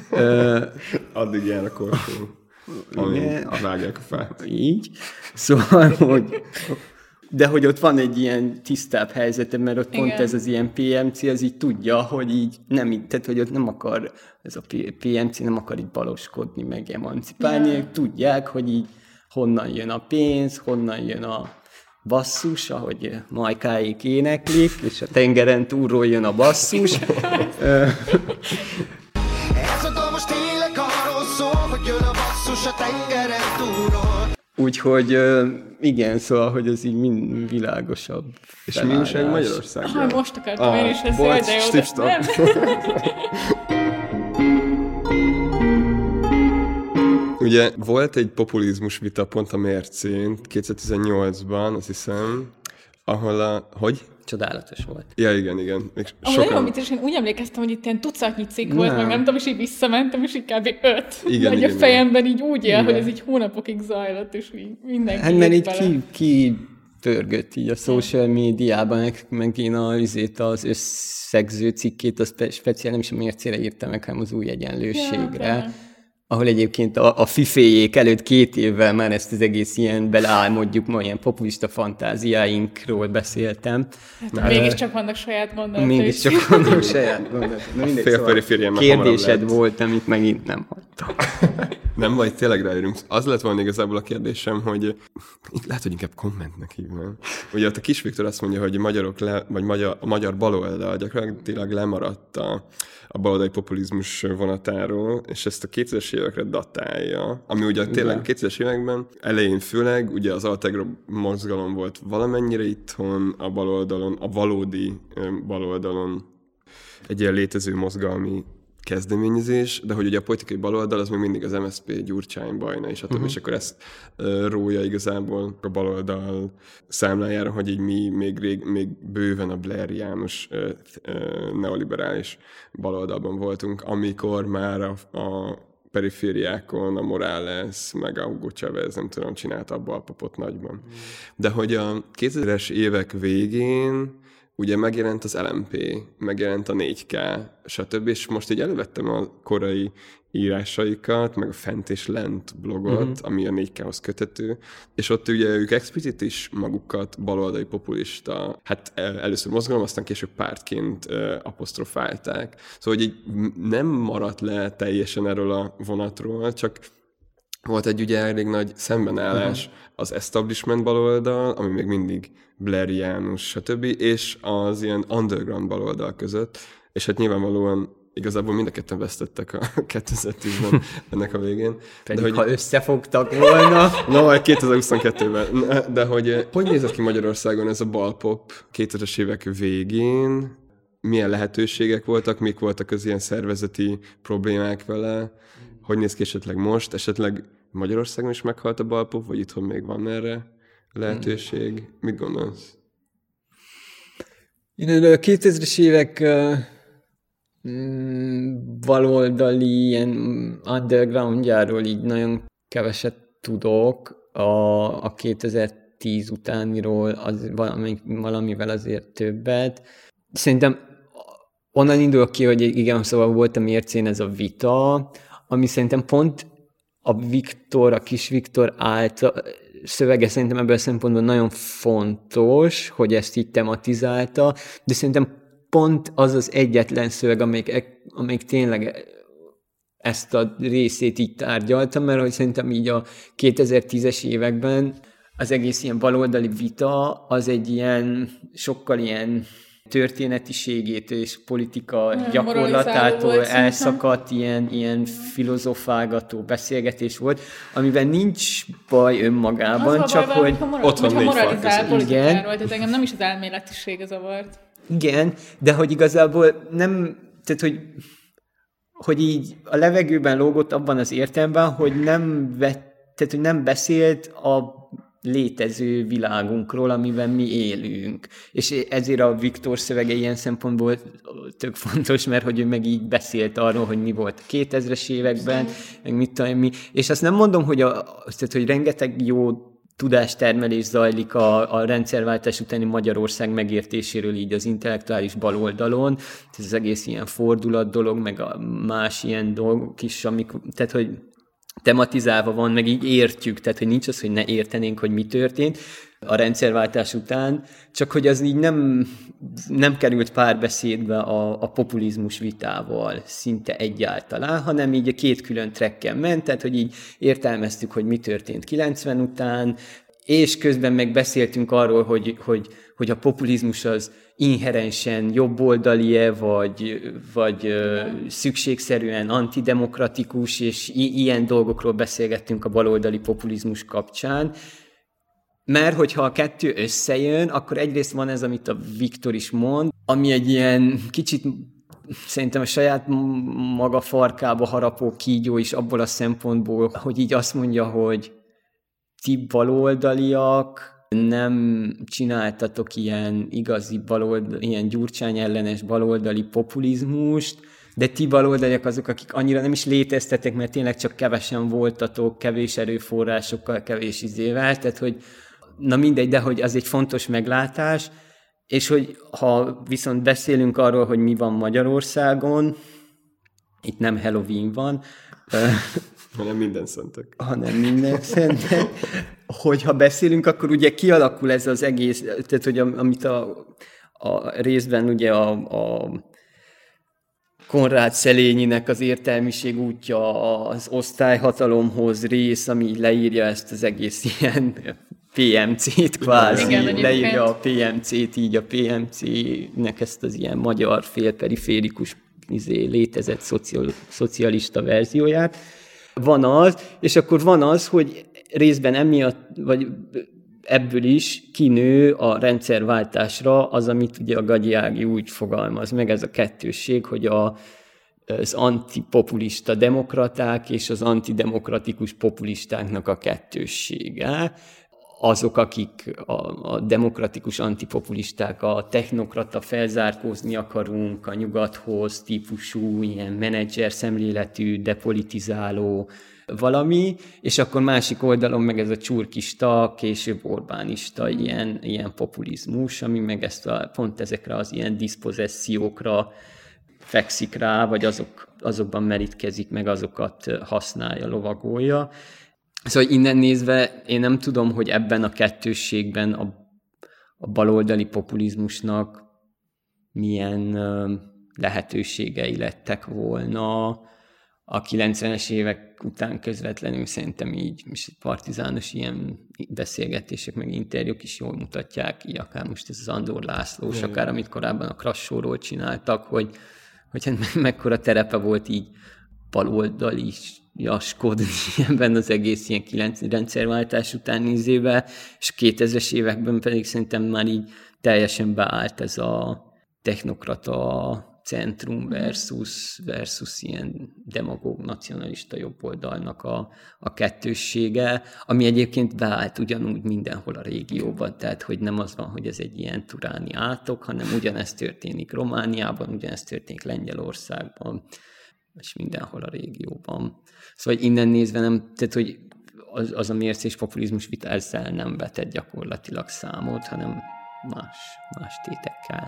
Addig jár a korsó, amíg vágják a fát. Így. Szóval, hogy... De hogy ott van egy ilyen tisztább helyzete, mert ott Igen. pont ez az ilyen pé em cé, az így tudja, hogy így nem, tehát hogy ott nem akar, ez a pé em cé nem akar így baloskodni, meg emancipálni, yeah. tudják, hogy így honnan jön a pénz, honnan jön a basszus, ahogy Majkáik éneklik, és a tengeren túlról jön a basszus. Ez a dal most tényleg arról szól, hogy jön a basszus a tengeren túlról. Úgyhogy igen, szóval, hogy ez így mind világosabb. És mi újság Magyarországon? Ha, most akartam ah, én is ezt jól, de jó, nem. Ugye volt egy populizmus vita pont a Mércén kétezer-tizennyolcban, azt hiszem, ahol a... Hogy? Csodálatos volt. Ja, igen, igen. Még sokan... Nagyon amit én úgy emlékeztem, hogy itt ilyen tucatnyi cikk nem. volt, meg nem tudom, és így visszamentem, és így kb. öt. Igen, hogy igen, a fejemben így úgy él, igen. hogy ez így hónapokig zajlott, és így mindenki hát mert így ki, ki pörgött így a social médiában, meg, meg én a, az összegző cikkét, az speciál nem is a Mércére írtam meg, hanem az új egyenlőségre. Ja, ahol egyébként a, a fiféjék előtt két évvel már ezt az egész ilyen beleálmodjuk, ma ilyen populista fantáziáinkról beszéltem. Hát, mégiscsak vannak saját gondolatai. Mégiscsak vannak saját gondolatai. Fél kérdésed volt, amit megint nem hagytam. Nem vagy, tényleg rájövünk. Az lett volna igazából a kérdésem, hogy lehet, hogy inkább kommentnek hívnám. Ugye ott a Kis Viktor azt mondja, hogy a magyarok le, vagy magyar, a magyar baloldal gyakorlatilag lemaradt a, a baloldali populizmus vonatáról, és ezt a kétezres évekre datálja, ami ugye tényleg a kétezres években elején főleg ugye az Altegro mozgalom volt valamennyire itthon, a baloldalon, a valódi baloldalon egy ilyen létező mozgalmi kezdeményezés, de hogy ugye a politikai baloldal az még mindig az em es zé pé, Gyurcsány, Bajnai, és, uh-huh. és akkor ezt uh, rója igazából a baloldal számlájára, hogy így mi még, rég, még bőven a Blair János uh, uh, neoliberális baloldalban voltunk, amikor már a, a perifériákon a Morales, meg a Hugo Chávez, nem tudom, csinálta a balpapot nagyban. Uh-huh. De hogy a kétezres évek végén ugye megjelent az el em pé, megjelent a négy ká, stb. És most így elővettem a korai írásaikat, meg a Fent és Lent blogot, uh-huh. ami a négy kához kötető, és ott ugye ők explicit is magukat baloldali populista, hát először mozgalom, aztán később pártként uh, apostrofálták. Szóval, hogy így nem maradt le teljesen erről a vonatról, csak volt egy ugye elég nagy szembenállás uh-huh. az establishment baloldal, ami még mindig Blair János, stb. És az ilyen underground baloldal között, és hát nyilvánvalóan igazából mind a ketten vesztettek a kétezer-tízben ennek a végén. Pedig de, hogy... ha összefogtak volna... No, kétezer-huszonkettőben. De hogy hogy nézett ki Magyarországon ez a balpop kétezres évek végén? Milyen lehetőségek voltak? Mik voltak az ilyen szervezeti problémák vele? Hogy néz ki esetleg most? Esetleg Magyarországon is meghalt a balpop, vagy itthon még van erre lehetőség? Mit gondolsz? Én a kétezres évek uh, baloldali ilyen undergroundjáról így nagyon keveset tudok. A, a kétezer-tíz utániról az valami, valamivel azért többet. Szerintem onnan indulok ki, hogy igen, szóval volt a Mércén ez a vita, ami szerintem pont a Viktor, a Kis Viktor által szövege szerintem ebből a szempontból nagyon fontos, hogy ezt így tematizálta, de szerintem pont az az egyetlen szöveg, amelyik, amelyik tényleg ezt a részét így tárgyalta, mert hogy szerintem így a kétezer-tízes években az egész ilyen baloldali vita az egy ilyen, sokkal ilyen történetiségétől és politika nagyon gyakorlatától elszakadt ilyen, ilyen filozofálgató beszélgetés volt, amiben nincs baj önmagában, az csak baj, hogy... Ott van négy fal között. Tehát engem nem is az elméletiség zavart. Igen, de hogy igazából nem... Tehát, hogy, hogy így a levegőben lógott abban az értelemben, hogy nem, vett, tehát, hogy nem beszélt a létező világunkról, amiben mi élünk. És ezért a Viktor szövege ilyen szempontból tök fontos, mert hogy ő meg így beszélt arról, hogy mi volt a kétezres években, meg mit tudom mi. És azt nem mondom, hogy, a, tehát, hogy rengeteg jó tudástermelés zajlik a, a rendszerváltás utáni Magyarország megértéséről így az intellektuális baloldalon. Ez az egész ilyen fordulat dolog, meg a más ilyen dolgok is, amik, tehát, hogy tematizálva van, meg így értjük, tehát hogy nincs az, hogy ne értenénk, hogy mi történt a rendszerváltás után, csak hogy az így nem, nem került párbeszédbe a, a populizmus vitával szinte egyáltalán, hanem így a két külön trekken ment, tehát hogy így értelmeztük, hogy mi történt kilencven után, és közben meg beszéltünk arról, hogy, hogy, hogy a populizmus az inherensen jobboldali-e, vagy, vagy ö, szükségszerűen antidemokratikus, és i- ilyen dolgokról beszélgettünk a baloldali populizmus kapcsán. Mert hogyha a kettő összejön, akkor egyrészt van ez, amit a Viktor is mond, ami egy ilyen kicsit szerintem a saját maga farkába harapó kígyó is abból a szempontból, hogy így azt mondja, hogy ti baloldaliak nem csináltatok ilyen igazi baloldali, ilyen Gyurcsány ellenes baloldali populizmust, de ti baloldaliak azok, akik annyira nem is léteztetek, mert tényleg csak kevesen voltatok, kevés erőforrásokkal, kevés izével, tehát hogy na mindegy, de hogy az egy fontos meglátás, és hogy ha viszont beszélünk arról, hogy mi van Magyarországon, itt nem Halloween van, hanem minden szentek. Hanem minden szentek. Hogyha beszélünk, akkor ugye kialakul ez az egész, tehát hogy amit a, a részben ugye a, a Konrád Szelényinek az értelmiség útja az osztályhatalomhoz rész, ami leírja ezt az egész ilyen pé em cét kvázi, igen, leírja a pé em cét, így a pé em cének ezt az ilyen magyar félperiférikus izé, létezett szociál, szocialista verzióját. Van az, és akkor van az, hogy részben emiatt, vagy ebből is kinő a rendszerváltásra az, amit ugye a Gagyi Ági úgy fogalmaz meg, ez a kettősség, hogy a, az antipopulista demokraták és az antidemokratikus populistáknak a kettőssége. Azok, akik a, a demokratikus antipopulisták, a technokrata felzárkózni akarunk a nyugathoz típusú, ilyen menedzser szemléletű, depolitizáló valami, és akkor másik oldalon meg ez a csurkista, később Orbánista ilyen, ilyen populizmus, ami meg ezt a, pont ezekre az ilyen diszpozessziókra fekszik rá, vagy azok, azokban merítkezik, meg azokat használja, lovagolja. Szóval innen nézve én nem tudom, hogy ebben a kettősségben a, a baloldali populizmusnak milyen uh, lehetőségei lettek volna a kilencvenes évek után közvetlenül, szerintem így, és partizános ilyen beszélgetések, meg interjúk is jól mutatják, így akár most ez az Andor Lászlós, mm. akár amit korábban a Krassóról csináltak, hogy, hogy mekkora terepe volt így baloldali jaskodni ebben az egész ilyen kilenc rendszerváltás utáni izébe, és kétezres években pedig szerintem már így teljesen beállt ez a technokrata centrum versus, versus ilyen demagóg nacionalista jobboldalnak a, a kettőssége, ami egyébként beállt ugyanúgy mindenhol a régióban, tehát hogy nem az van, hogy ez egy ilyen turáni átok, hanem ugyanezt történik Romániában, ugyanezt történik Lengyelországban, és mindenhol a régióban. Szóval innen nézve nem, tehát hogy az, az a mércés populizmus vita ezzel nem vetett gyakorlatilag számot, hanem más, más tétekkel.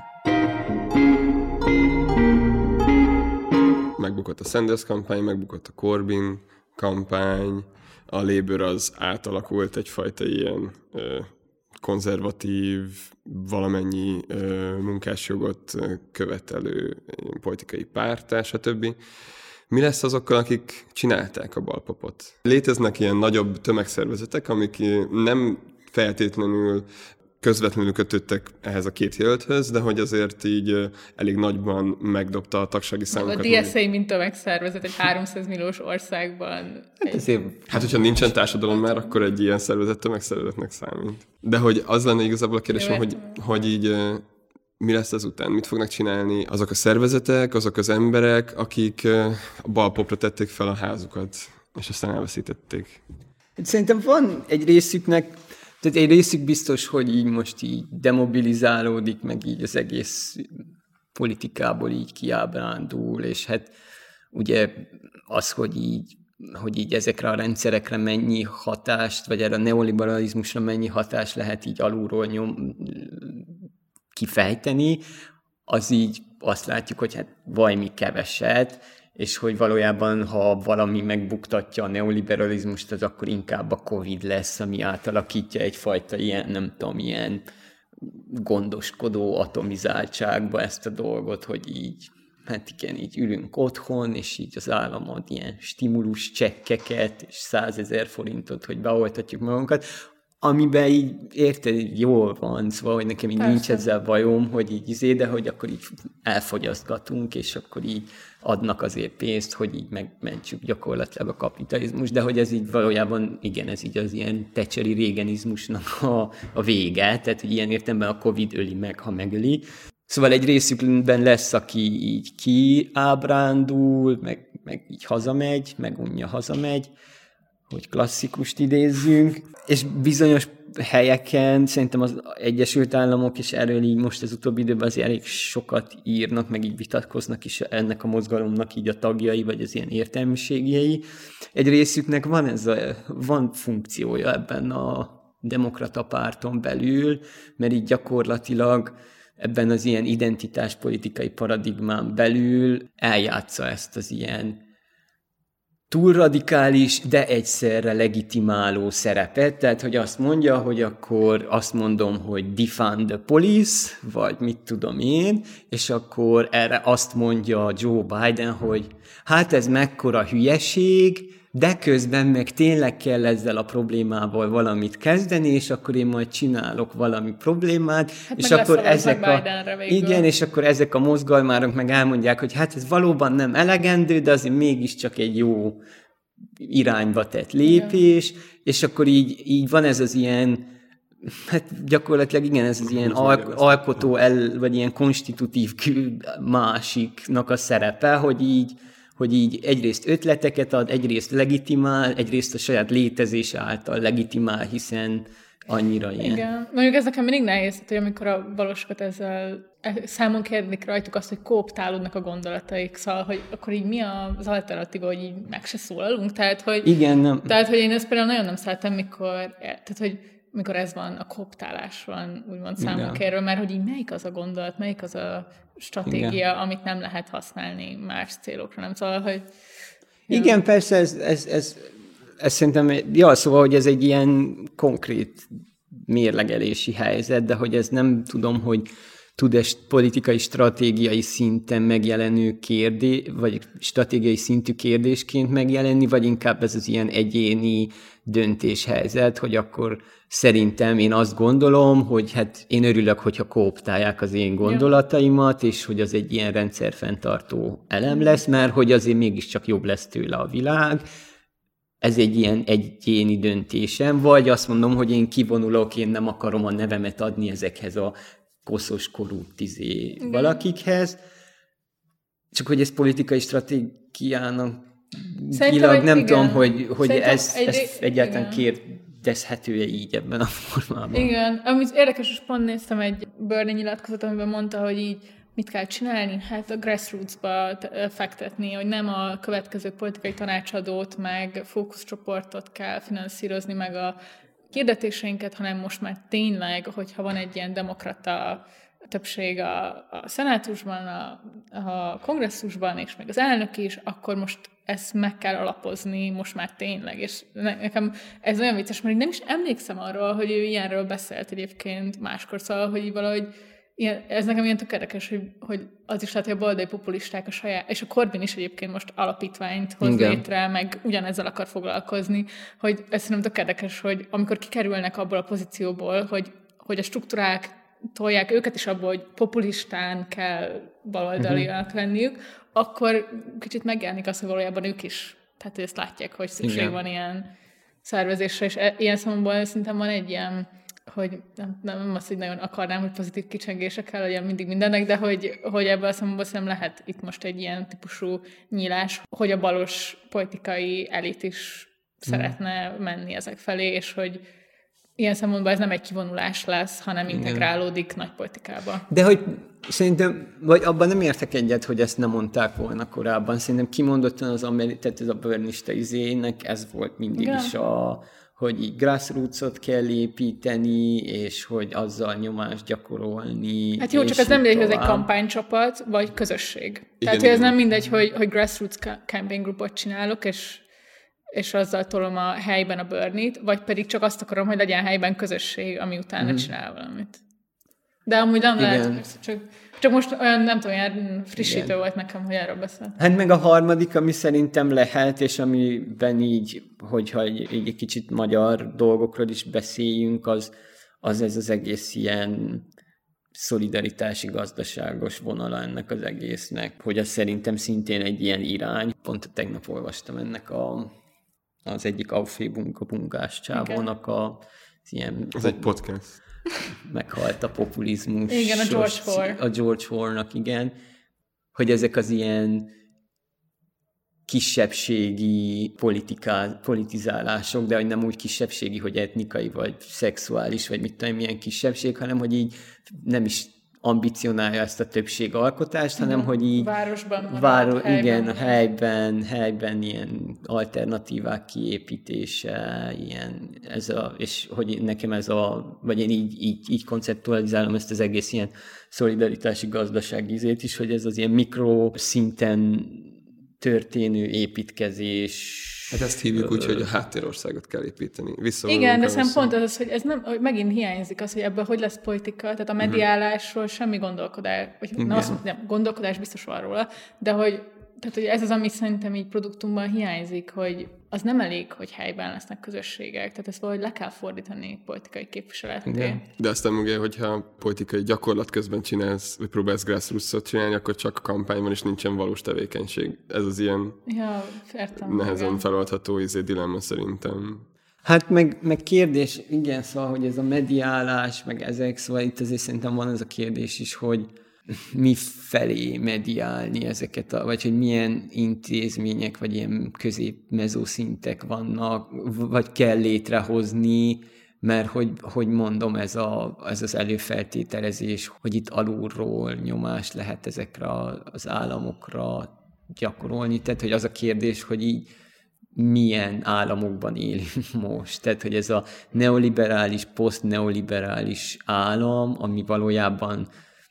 Megbukott a Sanders kampány, megbukott a Corbyn kampány, a Labour az átalakult egyfajta ilyen ö, konzervatív, valamennyi ö, munkásjogot követelő politikai párttá, stb. Mi lesz azokkal, akik csinálták a balpapot? Léteznek ilyen nagyobb tömegszervezetek, amik nem feltétlenül közvetlenül kötöttek ehhez a két jelölthöz, de hogy azért így elég nagyban megdobta a tagsági számokat. A dé es á, mint tömegszervezet egy háromszáz milliós országban. Hát, azért... hát, hogyha nincsen társadalom már, akkor egy ilyen szervezet tömegszervezetnek számít. De hogy az lenne igazából a kérdésem, hogy, hogy így mi lesz ezután? Mit fognak csinálni azok a szervezetek, azok az emberek, akik a balpopra tették fel a házukat, és aztán elveszítették? Szerintem van egy részüknek, tehát egy részük biztos, hogy így most így demobilizálódik, meg így az egész politikából így kiábrándul, és hát ugye az, hogy így, hogy így ezekre a rendszerekre mennyi hatást, vagy erre a neoliberalizmusra mennyi hatást lehet így alulról nyom, kifejteni, az így azt látjuk, hogy hát valami keveset, és hogy valójában, ha valami megbuktatja a neoliberalizmust, az akkor inkább a Covid lesz, ami átalakítja egyfajta ilyen, nem tudom, ilyen gondoskodó atomizáltságba ezt a dolgot, hogy így, hát igen, így ülünk otthon, és így az állam ad ilyen stimulus csekkeket, és százezer forintot, hogy beoltatjuk magunkat, amiben így, érted, jól van, szóval, hogy nekem így nincs ezzel bajom, hogy így izé, de hogy akkor így elfogyasztgatunk, és akkor így adnak azért pénzt, hogy így megmentsük gyakorlatilag a kapitalizmus, de hogy ez így valójában, igen, ez így az ilyen thatcheri régenizmusnak a, a vége, tehát hogy ilyen értelemben a Covid öli meg, ha megöli. Szóval egy részükben lesz, aki így kiábrándul, meg, meg így hazamegy, meg unja hazamegy, hogy klasszikust idézzünk, és bizonyos helyeken szerintem az Egyesült Államok, és erről így most az utóbbi időben azért elég sokat írnak, meg így vitatkoznak is ennek a mozgalomnak így a tagjai, vagy az ilyen értelmiségjei. Egy részüknek van ez a, van funkciója ebben a demokrata párton belül, mert így gyakorlatilag ebben az ilyen identitáspolitikai paradigmán belül eljátsza ezt az ilyen túl radikális, de egyszerre legitimáló szerepet, tehát hogy azt mondja, hogy akkor azt mondom, hogy defund the police, vagy mit tudom én, és akkor erre azt mondja Joe Biden, hogy hát ez mekkora hülyeség, de közben meg tényleg kell ezzel a problémával valamit kezdeni, és akkor én majd csinálok valami problémát, hát és akkor ezek a, igen, és akkor ezek a mozgalmárok meg elmondják, hogy hát ez valóban nem elegendő, de azért mégiscsak egy jó irányba tett lépés, igen. És akkor így, így van ez az ilyen, hát gyakorlatilag igen, ez az ilyen al- alkotó, el, vagy ilyen konstitutív másiknak a szerepe, hogy így hogy így egyrészt ötleteket ad, egyrészt legitimál, egyrészt a saját létezése által legitimál, hiszen annyira ilyen. Igen. Mondjuk ez nekem mindig nehéz, hogy amikor a balosokat ezzel számon kérnik rajtuk azt, hogy kooptálódnak a gondolataik, szóval, hogy akkor így mi az alternatíva, hogy így meg se szólalunk? Tehát, hogy, igen, nem. Tehát, hogy én ezt például nagyon nem szeretem, mikor, tehát, hogy mikor ez van, a kooptálás van, úgymond számon kérve, mert hogy így melyik az a gondolat, melyik az a stratégia, igen. amit nem lehet használni más célokra, nem? Szóval, hogy... Ja. Igen, persze, ez, ez, ez, ez szerintem, ja, szóval, hogy ez egy ilyen konkrét mérlegelési helyzet, de hogy ez nem tudom, hogy tud-e politikai, stratégiai szinten megjelenő kérdés, vagy stratégiai szintű kérdésként megjelenni, vagy inkább ez az ilyen egyéni döntéshelyzet, hogy akkor szerintem én azt gondolom, hogy hát én örülök, hogyha kooptálják az én gondolataimat, és hogy az egy ilyen rendszerfenntartó elem lesz, mert hogy azért mégiscsak jobb lesz tőle a világ. Ez egy ilyen egyéni döntésem, vagy azt mondom, hogy én kivonulok, én nem akarom a nevemet adni ezekhez a koszos, korrupt izé valakikhez. Csak hogy ez politikai stratégiának Ilag, nem igen. tudom, hogy, hogy ez, egy, ez egyáltalán kérdezhető-e így ebben a formában. Igen, amit érdekes, és pont néztem egy Bernie nyilatkozat, amiben mondta, hogy így mit kell csinálni? Hát a grassroots-ba fektetni, hogy nem a következő politikai tanácsadót, meg fókuszcsoportot kell finanszírozni, meg a hirdetéseinket, hanem most már tényleg, hogyha van egy ilyen demokrata többség a, a szenátusban, a, a kongresszusban, és még az elnök is, akkor most ezt meg kell alapozni, most már tényleg. És nekem ez olyan vicces, mert nem is emlékszem arról, hogy ő ilyenről beszélt egyébként máskor, szóval, hogy valahogy ilyen, ez nekem ilyen tök érdekes, hogy, hogy az is lehet, hogy a baloldali populisták a saját, és a Corbyn is egyébként most alapítványt hoz igen. létre, meg ugyanezzel akar foglalkozni, hogy ez szerintem tök érdekes, hogy amikor kikerülnek abból a pozícióból, hogy, hogy a struktúrák tolják őket is abból, hogy populistán kell baloldaliak uh-huh. lenniük, akkor kicsit megjelenik az, hogy valójában ők is, tehát hogy ezt látják, hogy szükség igen. van ilyen szervezésre, és e- ilyen szempontból szerintem van egy ilyen, hogy nem, nem azt, hogy nagyon akarnám, hogy pozitív kicsengésekkel legyen mindig mindennek, de hogy, hogy ebből a szempontból szerintem lehet itt most egy ilyen típusú nyílás, hogy a balos politikai elit is hmm. szeretne menni ezek felé, és hogy ilyen szempontból ez nem egy kivonulás lesz, hanem integrálódik igen. nagy politikába. De hogy szerintem, vagy abban nem értek egyet, hogy ezt nem mondták volna korábban. Szerintem kimondottan az amerikai, tehát ez a bernista izének ez volt mindig igen. is a, hogy így grassrootsot kell építeni, és hogy azzal nyomást gyakorolni. Hát jó, csak ez nem mindegy, hogy ez egy kampánycsapat, vagy közösség. Igen, tehát, hogy ez nem mindegy, hogy, hogy grassroots campaign groupot csinálok, és és azzal tolom a helyben a Bernie-t, vagy pedig csak azt akarom, hogy legyen helyben közösség, ami utána mm. csinál valamit. De amúgy nem igen. lehet, csak Csak most olyan, nem tudom, olyan frissítő Igen. volt nekem, hogy erről beszél. Hát meg a harmadik, ami szerintem lehet, és amiben így, hogyha egy, egy kicsit magyar dolgokról is beszéljünk, az, az ez az egész ilyen szolidaritási gazdaságos vonala ennek az egésznek, hogy az szerintem szintén egy ilyen irány. Pont tegnap olvastam ennek a, az egyik Aufhebung-bungás csávónak a ilyen... Ez egy podcast. Meghalt a populizmus. Igen, a George Orwell. A George Orwellnak, igen. Hogy ezek az ilyen kisebbségi politiká, politizálások, de hogy nem úgy kisebbségi, hogy etnikai, vagy szexuális, vagy mit tudom, milyen kisebbség, hanem hogy így nem is ambicionálja ezt a többségalkotást, hanem hogy így városban, váro, helyben, igen, a helyben, helyben ilyen alternatívák kiépítése, ilyen ez a, és hogy nekem ez a, vagy én így, így, így konceptualizálom ezt az egész ilyen szolidaritási gazdaságizét is, hogy ez az ilyen mikroszinten történő építkezés. Hát ezt hívjuk úgy, hogy a háttérországot kell építeni. Igen, de szerintem pont az, hogy ez nem, hogy megint hiányzik az, hogy ebből hogy lesz politika, tehát a mediálásról semmi gondolkodás, vagy nem, azt mondom, nem, gondolkodás biztos van róla, de hogy, tehát, hogy ez az, ami szerintem így produktumban hiányzik, hogy az nem elég, hogy helyben lesznek közösségek, tehát ezt valahogy le kell fordítani politikai képviseletté. De aztán ugye, hogyha politikai gyakorlat közben csinálsz, vagy próbálsz grassroots-ot csinálni, akkor csak a kampányban is nincsen valós tevékenység. Ez az ilyen ja, értem, nehezen igen. feloldható izé dilemma szerintem. Hát meg, meg kérdés, igen, szóval, hogy ez a mediálás, meg ezek, szóval itt azért szerintem van ez a kérdés is, hogy mi felé mediálni ezeket, a, vagy hogy milyen intézmények, vagy ilyen közép-mezószintek vannak, vagy kell létrehozni, mert hogy, hogy mondom, ez, a, ez az előfeltételezés, hogy itt alulról nyomás lehet ezekre az államokra gyakorolni. Tehát, hogy az a kérdés, hogy így milyen államokban élünk most. Tehát, hogy ez a neoliberális, posztneoliberális állam, ami valójában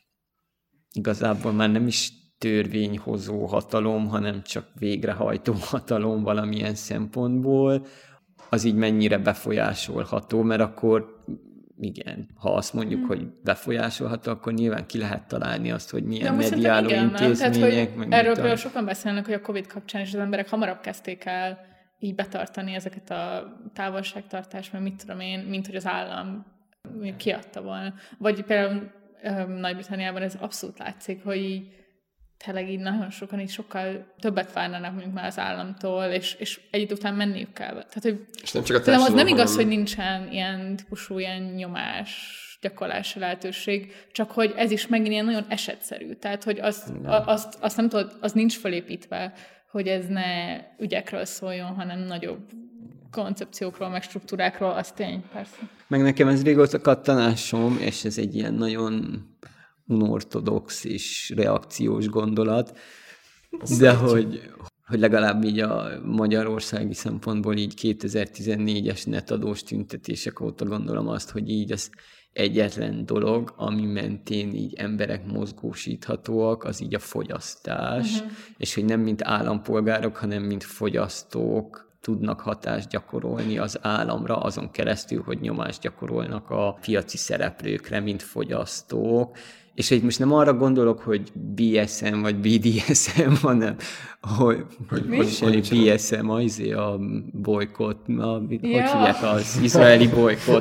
igazából már nem is törvényhozó hatalom, hanem csak végrehajtó hatalom valamilyen szempontból, az így mennyire befolyásolható, mert akkor igen, ha azt mondjuk, hmm. hogy befolyásolható, akkor nyilván ki lehet találni azt, hogy milyen mediáló igen, intézmények. Tehát, erről például sokan beszélnek, hogy a Covid kapcsán is az emberek hamarabb kezdték el így betartani ezeket a távolságtartást, mert mit tudom én, mint hogy az állam kiadta volna. Vagy például Nagy-Britanniában ez abszolút látszik, hogy így tényleg így nagyon sokan így sokkal többet várnának mondjuk már az államtól, és, és egy idő után menniük kell. Tehát, hogy és nem csak a társadalom, az nem igaz, hanem... hogy nincsen ilyen típusú ilyen nyomás gyakorlási lehetőség, csak hogy ez is megint ilyen nagyon esetszerű. Tehát, hogy az, a, azt, azt nem tudod, az nincs felépítve, hogy ez ne ügyekről szóljon, hanem nagyobb koncepciókról, meg struktúrákról, az tény, persze. Meg nekem ez régóta kattanásom, és ez egy ilyen nagyon unortodox és reakciós gondolat, de hogy, hogy legalább így a magyarországi szempontból így kétezer-tizennégyes netadós tüntetések óta gondolom azt, hogy így az egyetlen dolog, ami mentén így emberek mozgósíthatóak, az így a fogyasztás, uh-huh. és hogy nem mint állampolgárok, hanem mint fogyasztók tudnak hatást gyakorolni az államra azon keresztül, hogy nyomást gyakorolnak a piaci szereplőkre, mint fogyasztók. És hogy most nem arra gondolok, hogy bé es em vagy bé dé es em, hanem hogy, hogy, hogy, hogy bé es em, az a bolykott, ja. Hogy hívják az izraeli bolykott.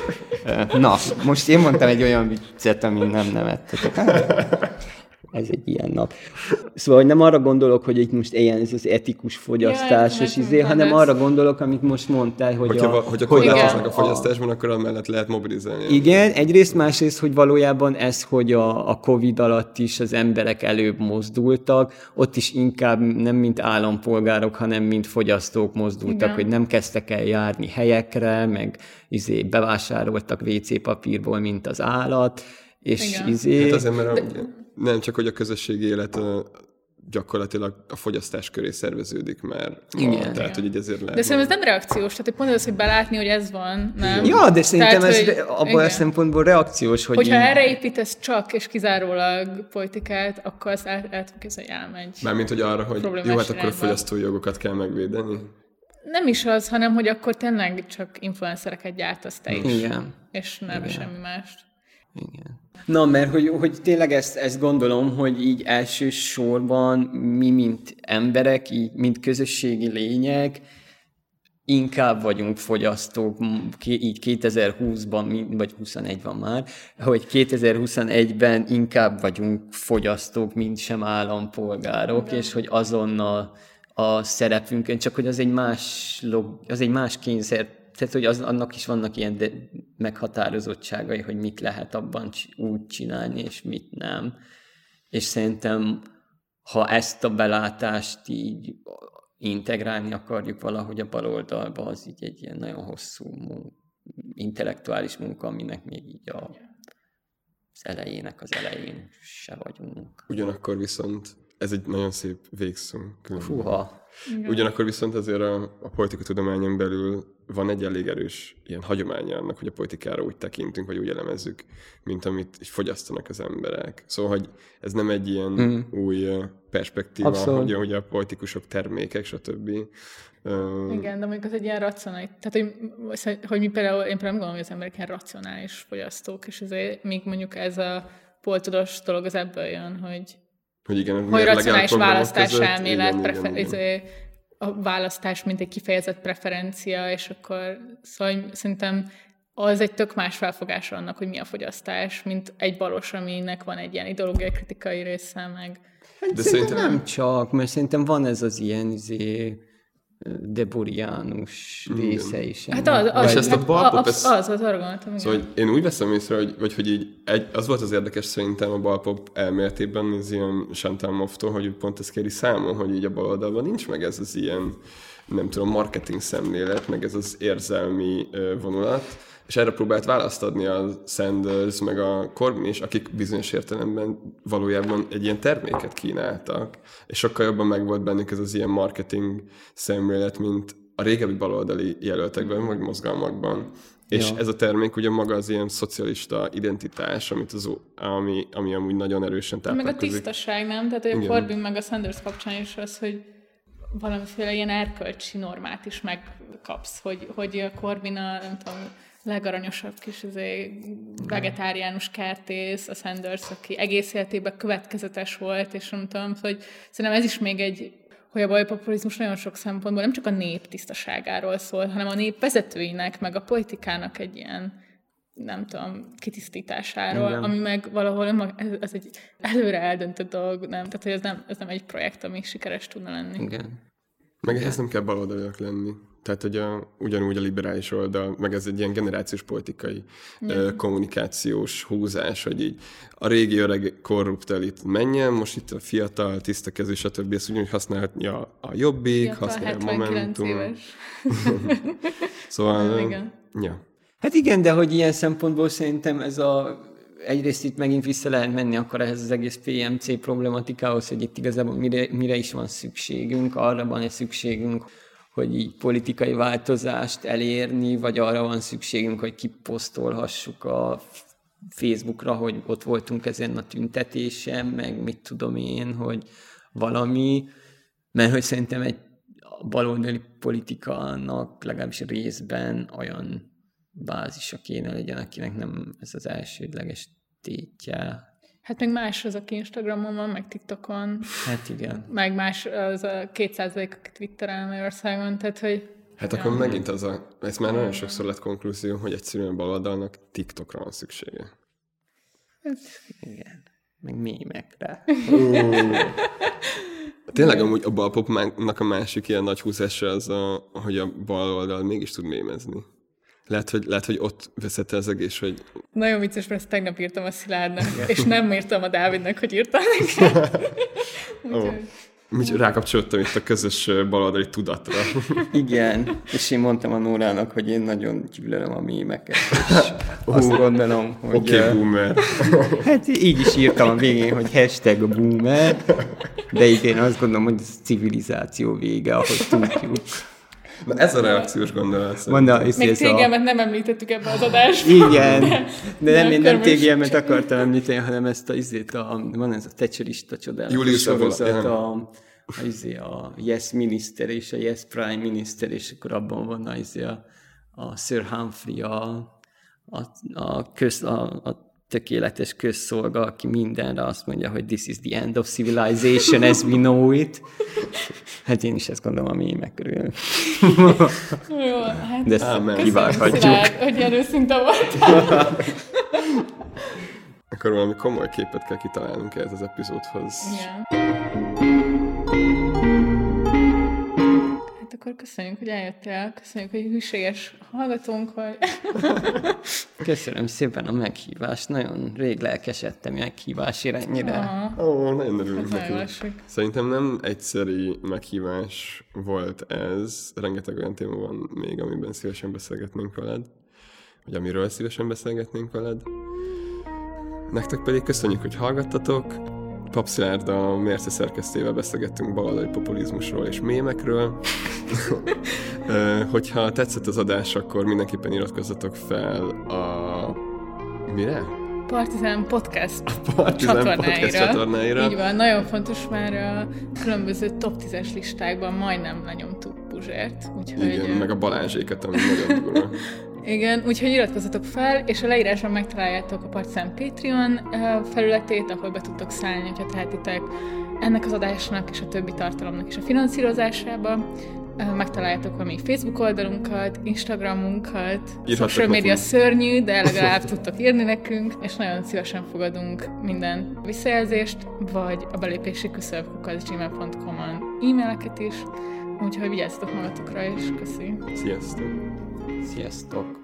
Na, most én mondtam egy olyan viccet, amin nem nevettetek. Ez egy ilyen nap. Szóval, hogy nem arra gondolok, hogy itt most ilyen ez az etikus fogyasztásos ja, izé, hanem ez... arra gondolok, amit most mondtál, hogy hogyha, a... Hogyha korlátoznak a fogyasztásban, akkor amellett lehet mobilizálni. Igen, egyrészt, másrészt, hogy valójában ez, hogy a, a Covid alatt is az emberek előbb mozdultak, ott is inkább nem mint állampolgárok, hanem mint fogyasztók mozdultak, igen. hogy nem kezdtek el járni helyekre, meg izé, bevásároltak vé cé papírból, mint az állat, és igen. izé... Hát azért, mert a... De... Nem csak, hogy a közösségi élet a, gyakorlatilag a fogyasztás köré szerveződik már. Igen. A, tehát, hogy így ezért lehet. De szerintem ez nem reakciós, tehát pont az, hogy belátni, hogy ez van, nem? Ja, de szerintem tehát, ez hogy, abban a szempontból reakciós, hogy... Hogyha így... erre építesz csak és kizárólag politikát, akkor azt el, el tudom képzelni, hogy elmegy. Mármint, hogy arra, hogy jó, hát akkor a fogyasztói jogokat kell megvédeni. Nem is az, hanem, hogy akkor tényleg csak influencereket gyártasz te is. Igen. És nem Igen. semmi mást. Igen. Na, mert hogy, hogy tényleg ezt, ezt gondolom, hogy így elsősorban mi, mint emberek, így, mint közösségi lények, inkább vagyunk fogyasztók, így kétezer-húszban, vagy huszonegy van már, hogy kétezer-huszonegyben inkább vagyunk fogyasztók, mint sem állampolgárok, de. És hogy azonnal a szerepünkön, csak hogy az egy más, log, az egy más kényszer, tehát hogy az, annak is vannak ilyen de meghatározottságai, hogy mit lehet abban úgy csinálni, és mit nem. És szerintem, ha ezt a belátást így integrálni akarjuk valahogy a baloldalba, az így egy ilyen nagyon hosszú munka, intellektuális munka, aminek még így a, az elejének az elején se vagyunk. Ugyanakkor viszont ez egy nagyon szép végszó. Fúha. Ugyanakkor viszont azért a, a politikatudományon belül van egy elég erős ilyen hagyománya annak, hogy a politikára úgy tekintünk, vagy úgy elemezzük, mint amit fogyasztanak az emberek. Szóval, hogy ez nem egy ilyen mm. új perspektíva, hogy, hogy a politikusok termékek, stb. Igen, de mondjuk az egy ilyen racionális, tehát hogy, hogy mi például, én például gondolom, hogy az emberek ilyen racionális fogyasztók, és ezért még mondjuk ez a poltudos dolog az ebből jön, hogy hogy, igen, hogy racionális választás elmélet, prefer- igen, igen. a választás mint egy kifejezett preferencia, és akkor szóval szerintem az egy tök más felfogása annak, hogy mi a fogyasztás, mint egy balos, aminek van egy ilyen ideológiai kritikai része, meg... Hát de szerintem nem csak, mert szerintem van ez az ilyen izé, deboriánus része is. Hát az, az, és ezt a balpop, az, az, az arra gondoltam, szóval, hogy én úgy veszem észre, hogy, vagy, hogy így egy, az volt az érdekes szerintem a balpop elméletében, az ilyen Chantal Mouffe-tól, hogy pont ezt kéri számon, hogy így a baloldalban nincs meg ez az ilyen, nem tudom, marketing szemlélet, meg ez az érzelmi vonulat, és erre próbált választ adni a Sanders, meg a Corbyn is, akik bizonyos értelemben valójában egy ilyen terméket kínáltak, és sokkal jobban meg volt bennük ez az ilyen marketing szemlélet, mint a régebbi baloldali jelöltekben, vagy mozgalmakban. Ja. És ez a termék ugye maga az ilyen szocialista identitás, amit az, ami, ami amúgy nagyon erősen táplálkozik. Meg a tisztaság, nem? Tehát a Corbyn meg a Sanders kapcsán is az, hogy valamiféle ilyen erkölcsi normát is megkapsz, hogy, hogy a Corbyn a, nem tudom, legaranyosabb kis vegetáriánus kertész, a Sanders, aki egész életében következetes volt, és nem tudom, hogy szerintem ez is még egy, hogy a balpopulizmus nagyon sok szempontból nem csak a nép tisztaságáról szól, hanem a nép vezetőinek, meg a politikának egy ilyen, nem tudom, kitisztításáról, igen. Ami meg valahol ez, ez egy előre eldöntött dolog, nem? Tehát, hogy ez nem, ez nem egy projekt, ami sikeres tudna lenni. Igen. Meg ehhez nem kell baloldaliak lenni. Tehát, hogy a, ugyanúgy a liberális oldal, meg ez egy ilyen generációs politikai uh, kommunikációs húzás, hogy így a régi öreg korrupt elit menjen, most itt a fiatal, tiszta kezű, stb. Ezt ugyanúgy használhatja a Jobbik, fiatal, használja a Momentum. Szóval, igen. Ja. Hát igen, de hogy ilyen szempontból szerintem ez a egyrészt itt megint vissza lehet menni akkor ehhez az egész pé em cé problematikához, hogy itt igazából mire, mire is van szükségünk, arra van-e szükségünk, hogy így politikai változást elérni, vagy arra van szükségünk, hogy kiposztolhassuk a Facebookra, hogy ott voltunk ezen a tüntetésen, meg mit tudom én, hogy valami, mert hogy szerintem egy baloldali politikának legalábbis részben olyan bázisa kéne legyen, akinek nem ez az elsődleges tétje. Hát még más az, aki Instagramon van, meg TikTokon. Hát igen. Meg más az a két százalék, aki Twitteren Magyarországon, tehát hogy... Hát ja. Akkor megint az a... Ez már nagyon sokszor lett konklúzió, hogy egyszerűen baloldalnak TikTokra van szüksége. Hát, igen. Meg mémekre. Tényleg amúgy a balpopnak a másik ilyen nagy húzása az, a, hogy a baloldal mégis tud mémezni. Lehet, hogy, lehet, hogy ott veszett az egész, hogy... Nagyon vicces, mert ezt tegnap írtam a Szilárdnak, és nem írtam a Dávidnak, hogy írtam nekem. Úgyhogy rákapcsoltam itt a közös baloldali tudatra. Igen, és én mondtam a Nórának, hogy én nagyon gyűlölöm a mémeket, és azt uh, gondolom, hogy... Oké, okay, boomer. Hát így is írtam a végén, hogy hashtag boomer, de így én azt gondolom, hogy ez civilizáció vége, ahogy tudjuk. Na ez a reakciós gondolat. Mondja, még tégelmet a... nem említettük ebbe az adásba. Igen, de, de nem, én nem tégelmet akartam említeni, hanem ezt a, izét a, van ez a Thatcherista csodálatos sorozat, a, a, izé, a Yes Minister és a Yes Prime Minister, és akkor abban van a, izé, a, a Sir Humphrey, a, a, a, köz, a, a tökéletes közszolga, aki mindenre azt mondja, hogy this is the end of civilization as we know it. Hát én is ezt gondolom a mémek körül. Jó, hát de ezt kiválhatjuk. Hogy ilyen őszinte voltál. Akkor valami komoly képet kell kitalálnunk ehhez az epizódhoz. Yeah. Hát akkor köszönjük, hogy eljöttél. Köszönjük, hogy hűséges hallgatónk vagy. Köszönöm szépen a meghívást. Nagyon rég lelkesedtem meghívásért ennyire. Ó, oh, nagyon örülünk neki. Szerintem nem egyszeri meghívás volt ez. Rengeteg olyan téma van még, amiben szívesen beszélgetnénk veled. Vagy amiről szívesen beszélgetnénk veled. Nektek pedig köszönjük, hogy hallgattatok. Pap Szilárd a Mérce szerkesztőjével beszélgettünk baloldali populizmusról és mémekről. Hogyha tetszett az adás, akkor mindenképpen iratkozzatok fel a... Mire? Partizán Podcast, a Partizán csatornáira. Podcast csatornáira. Így van, nagyon fontos, már a különböző top tízes listákban majdnem lenyomtuk Puzsért. Úgyhogy... Igen, meg a Balázséket, ami nagyon durva. Igen, úgyhogy iratkozzatok fel, és a leírásban megtaláljátok a Partizán Patreon felületét, ahol be tudtok szállni, hogyha tehetitek ennek az adásnak és a többi tartalomnak is a finanszírozásába. Megtaláljátok a mi Facebook oldalunkat, Instagramunkat, social media szörnyű, de legalább tudtok írni nekünk, és nagyon szívesen fogadunk minden visszajelzést, vagy a belépési küszöb kukac gmail pont com-on e-maileket is. Úgyhogy vigyázzatok magatokra, és köszi. Sziasztok! Sziasztok!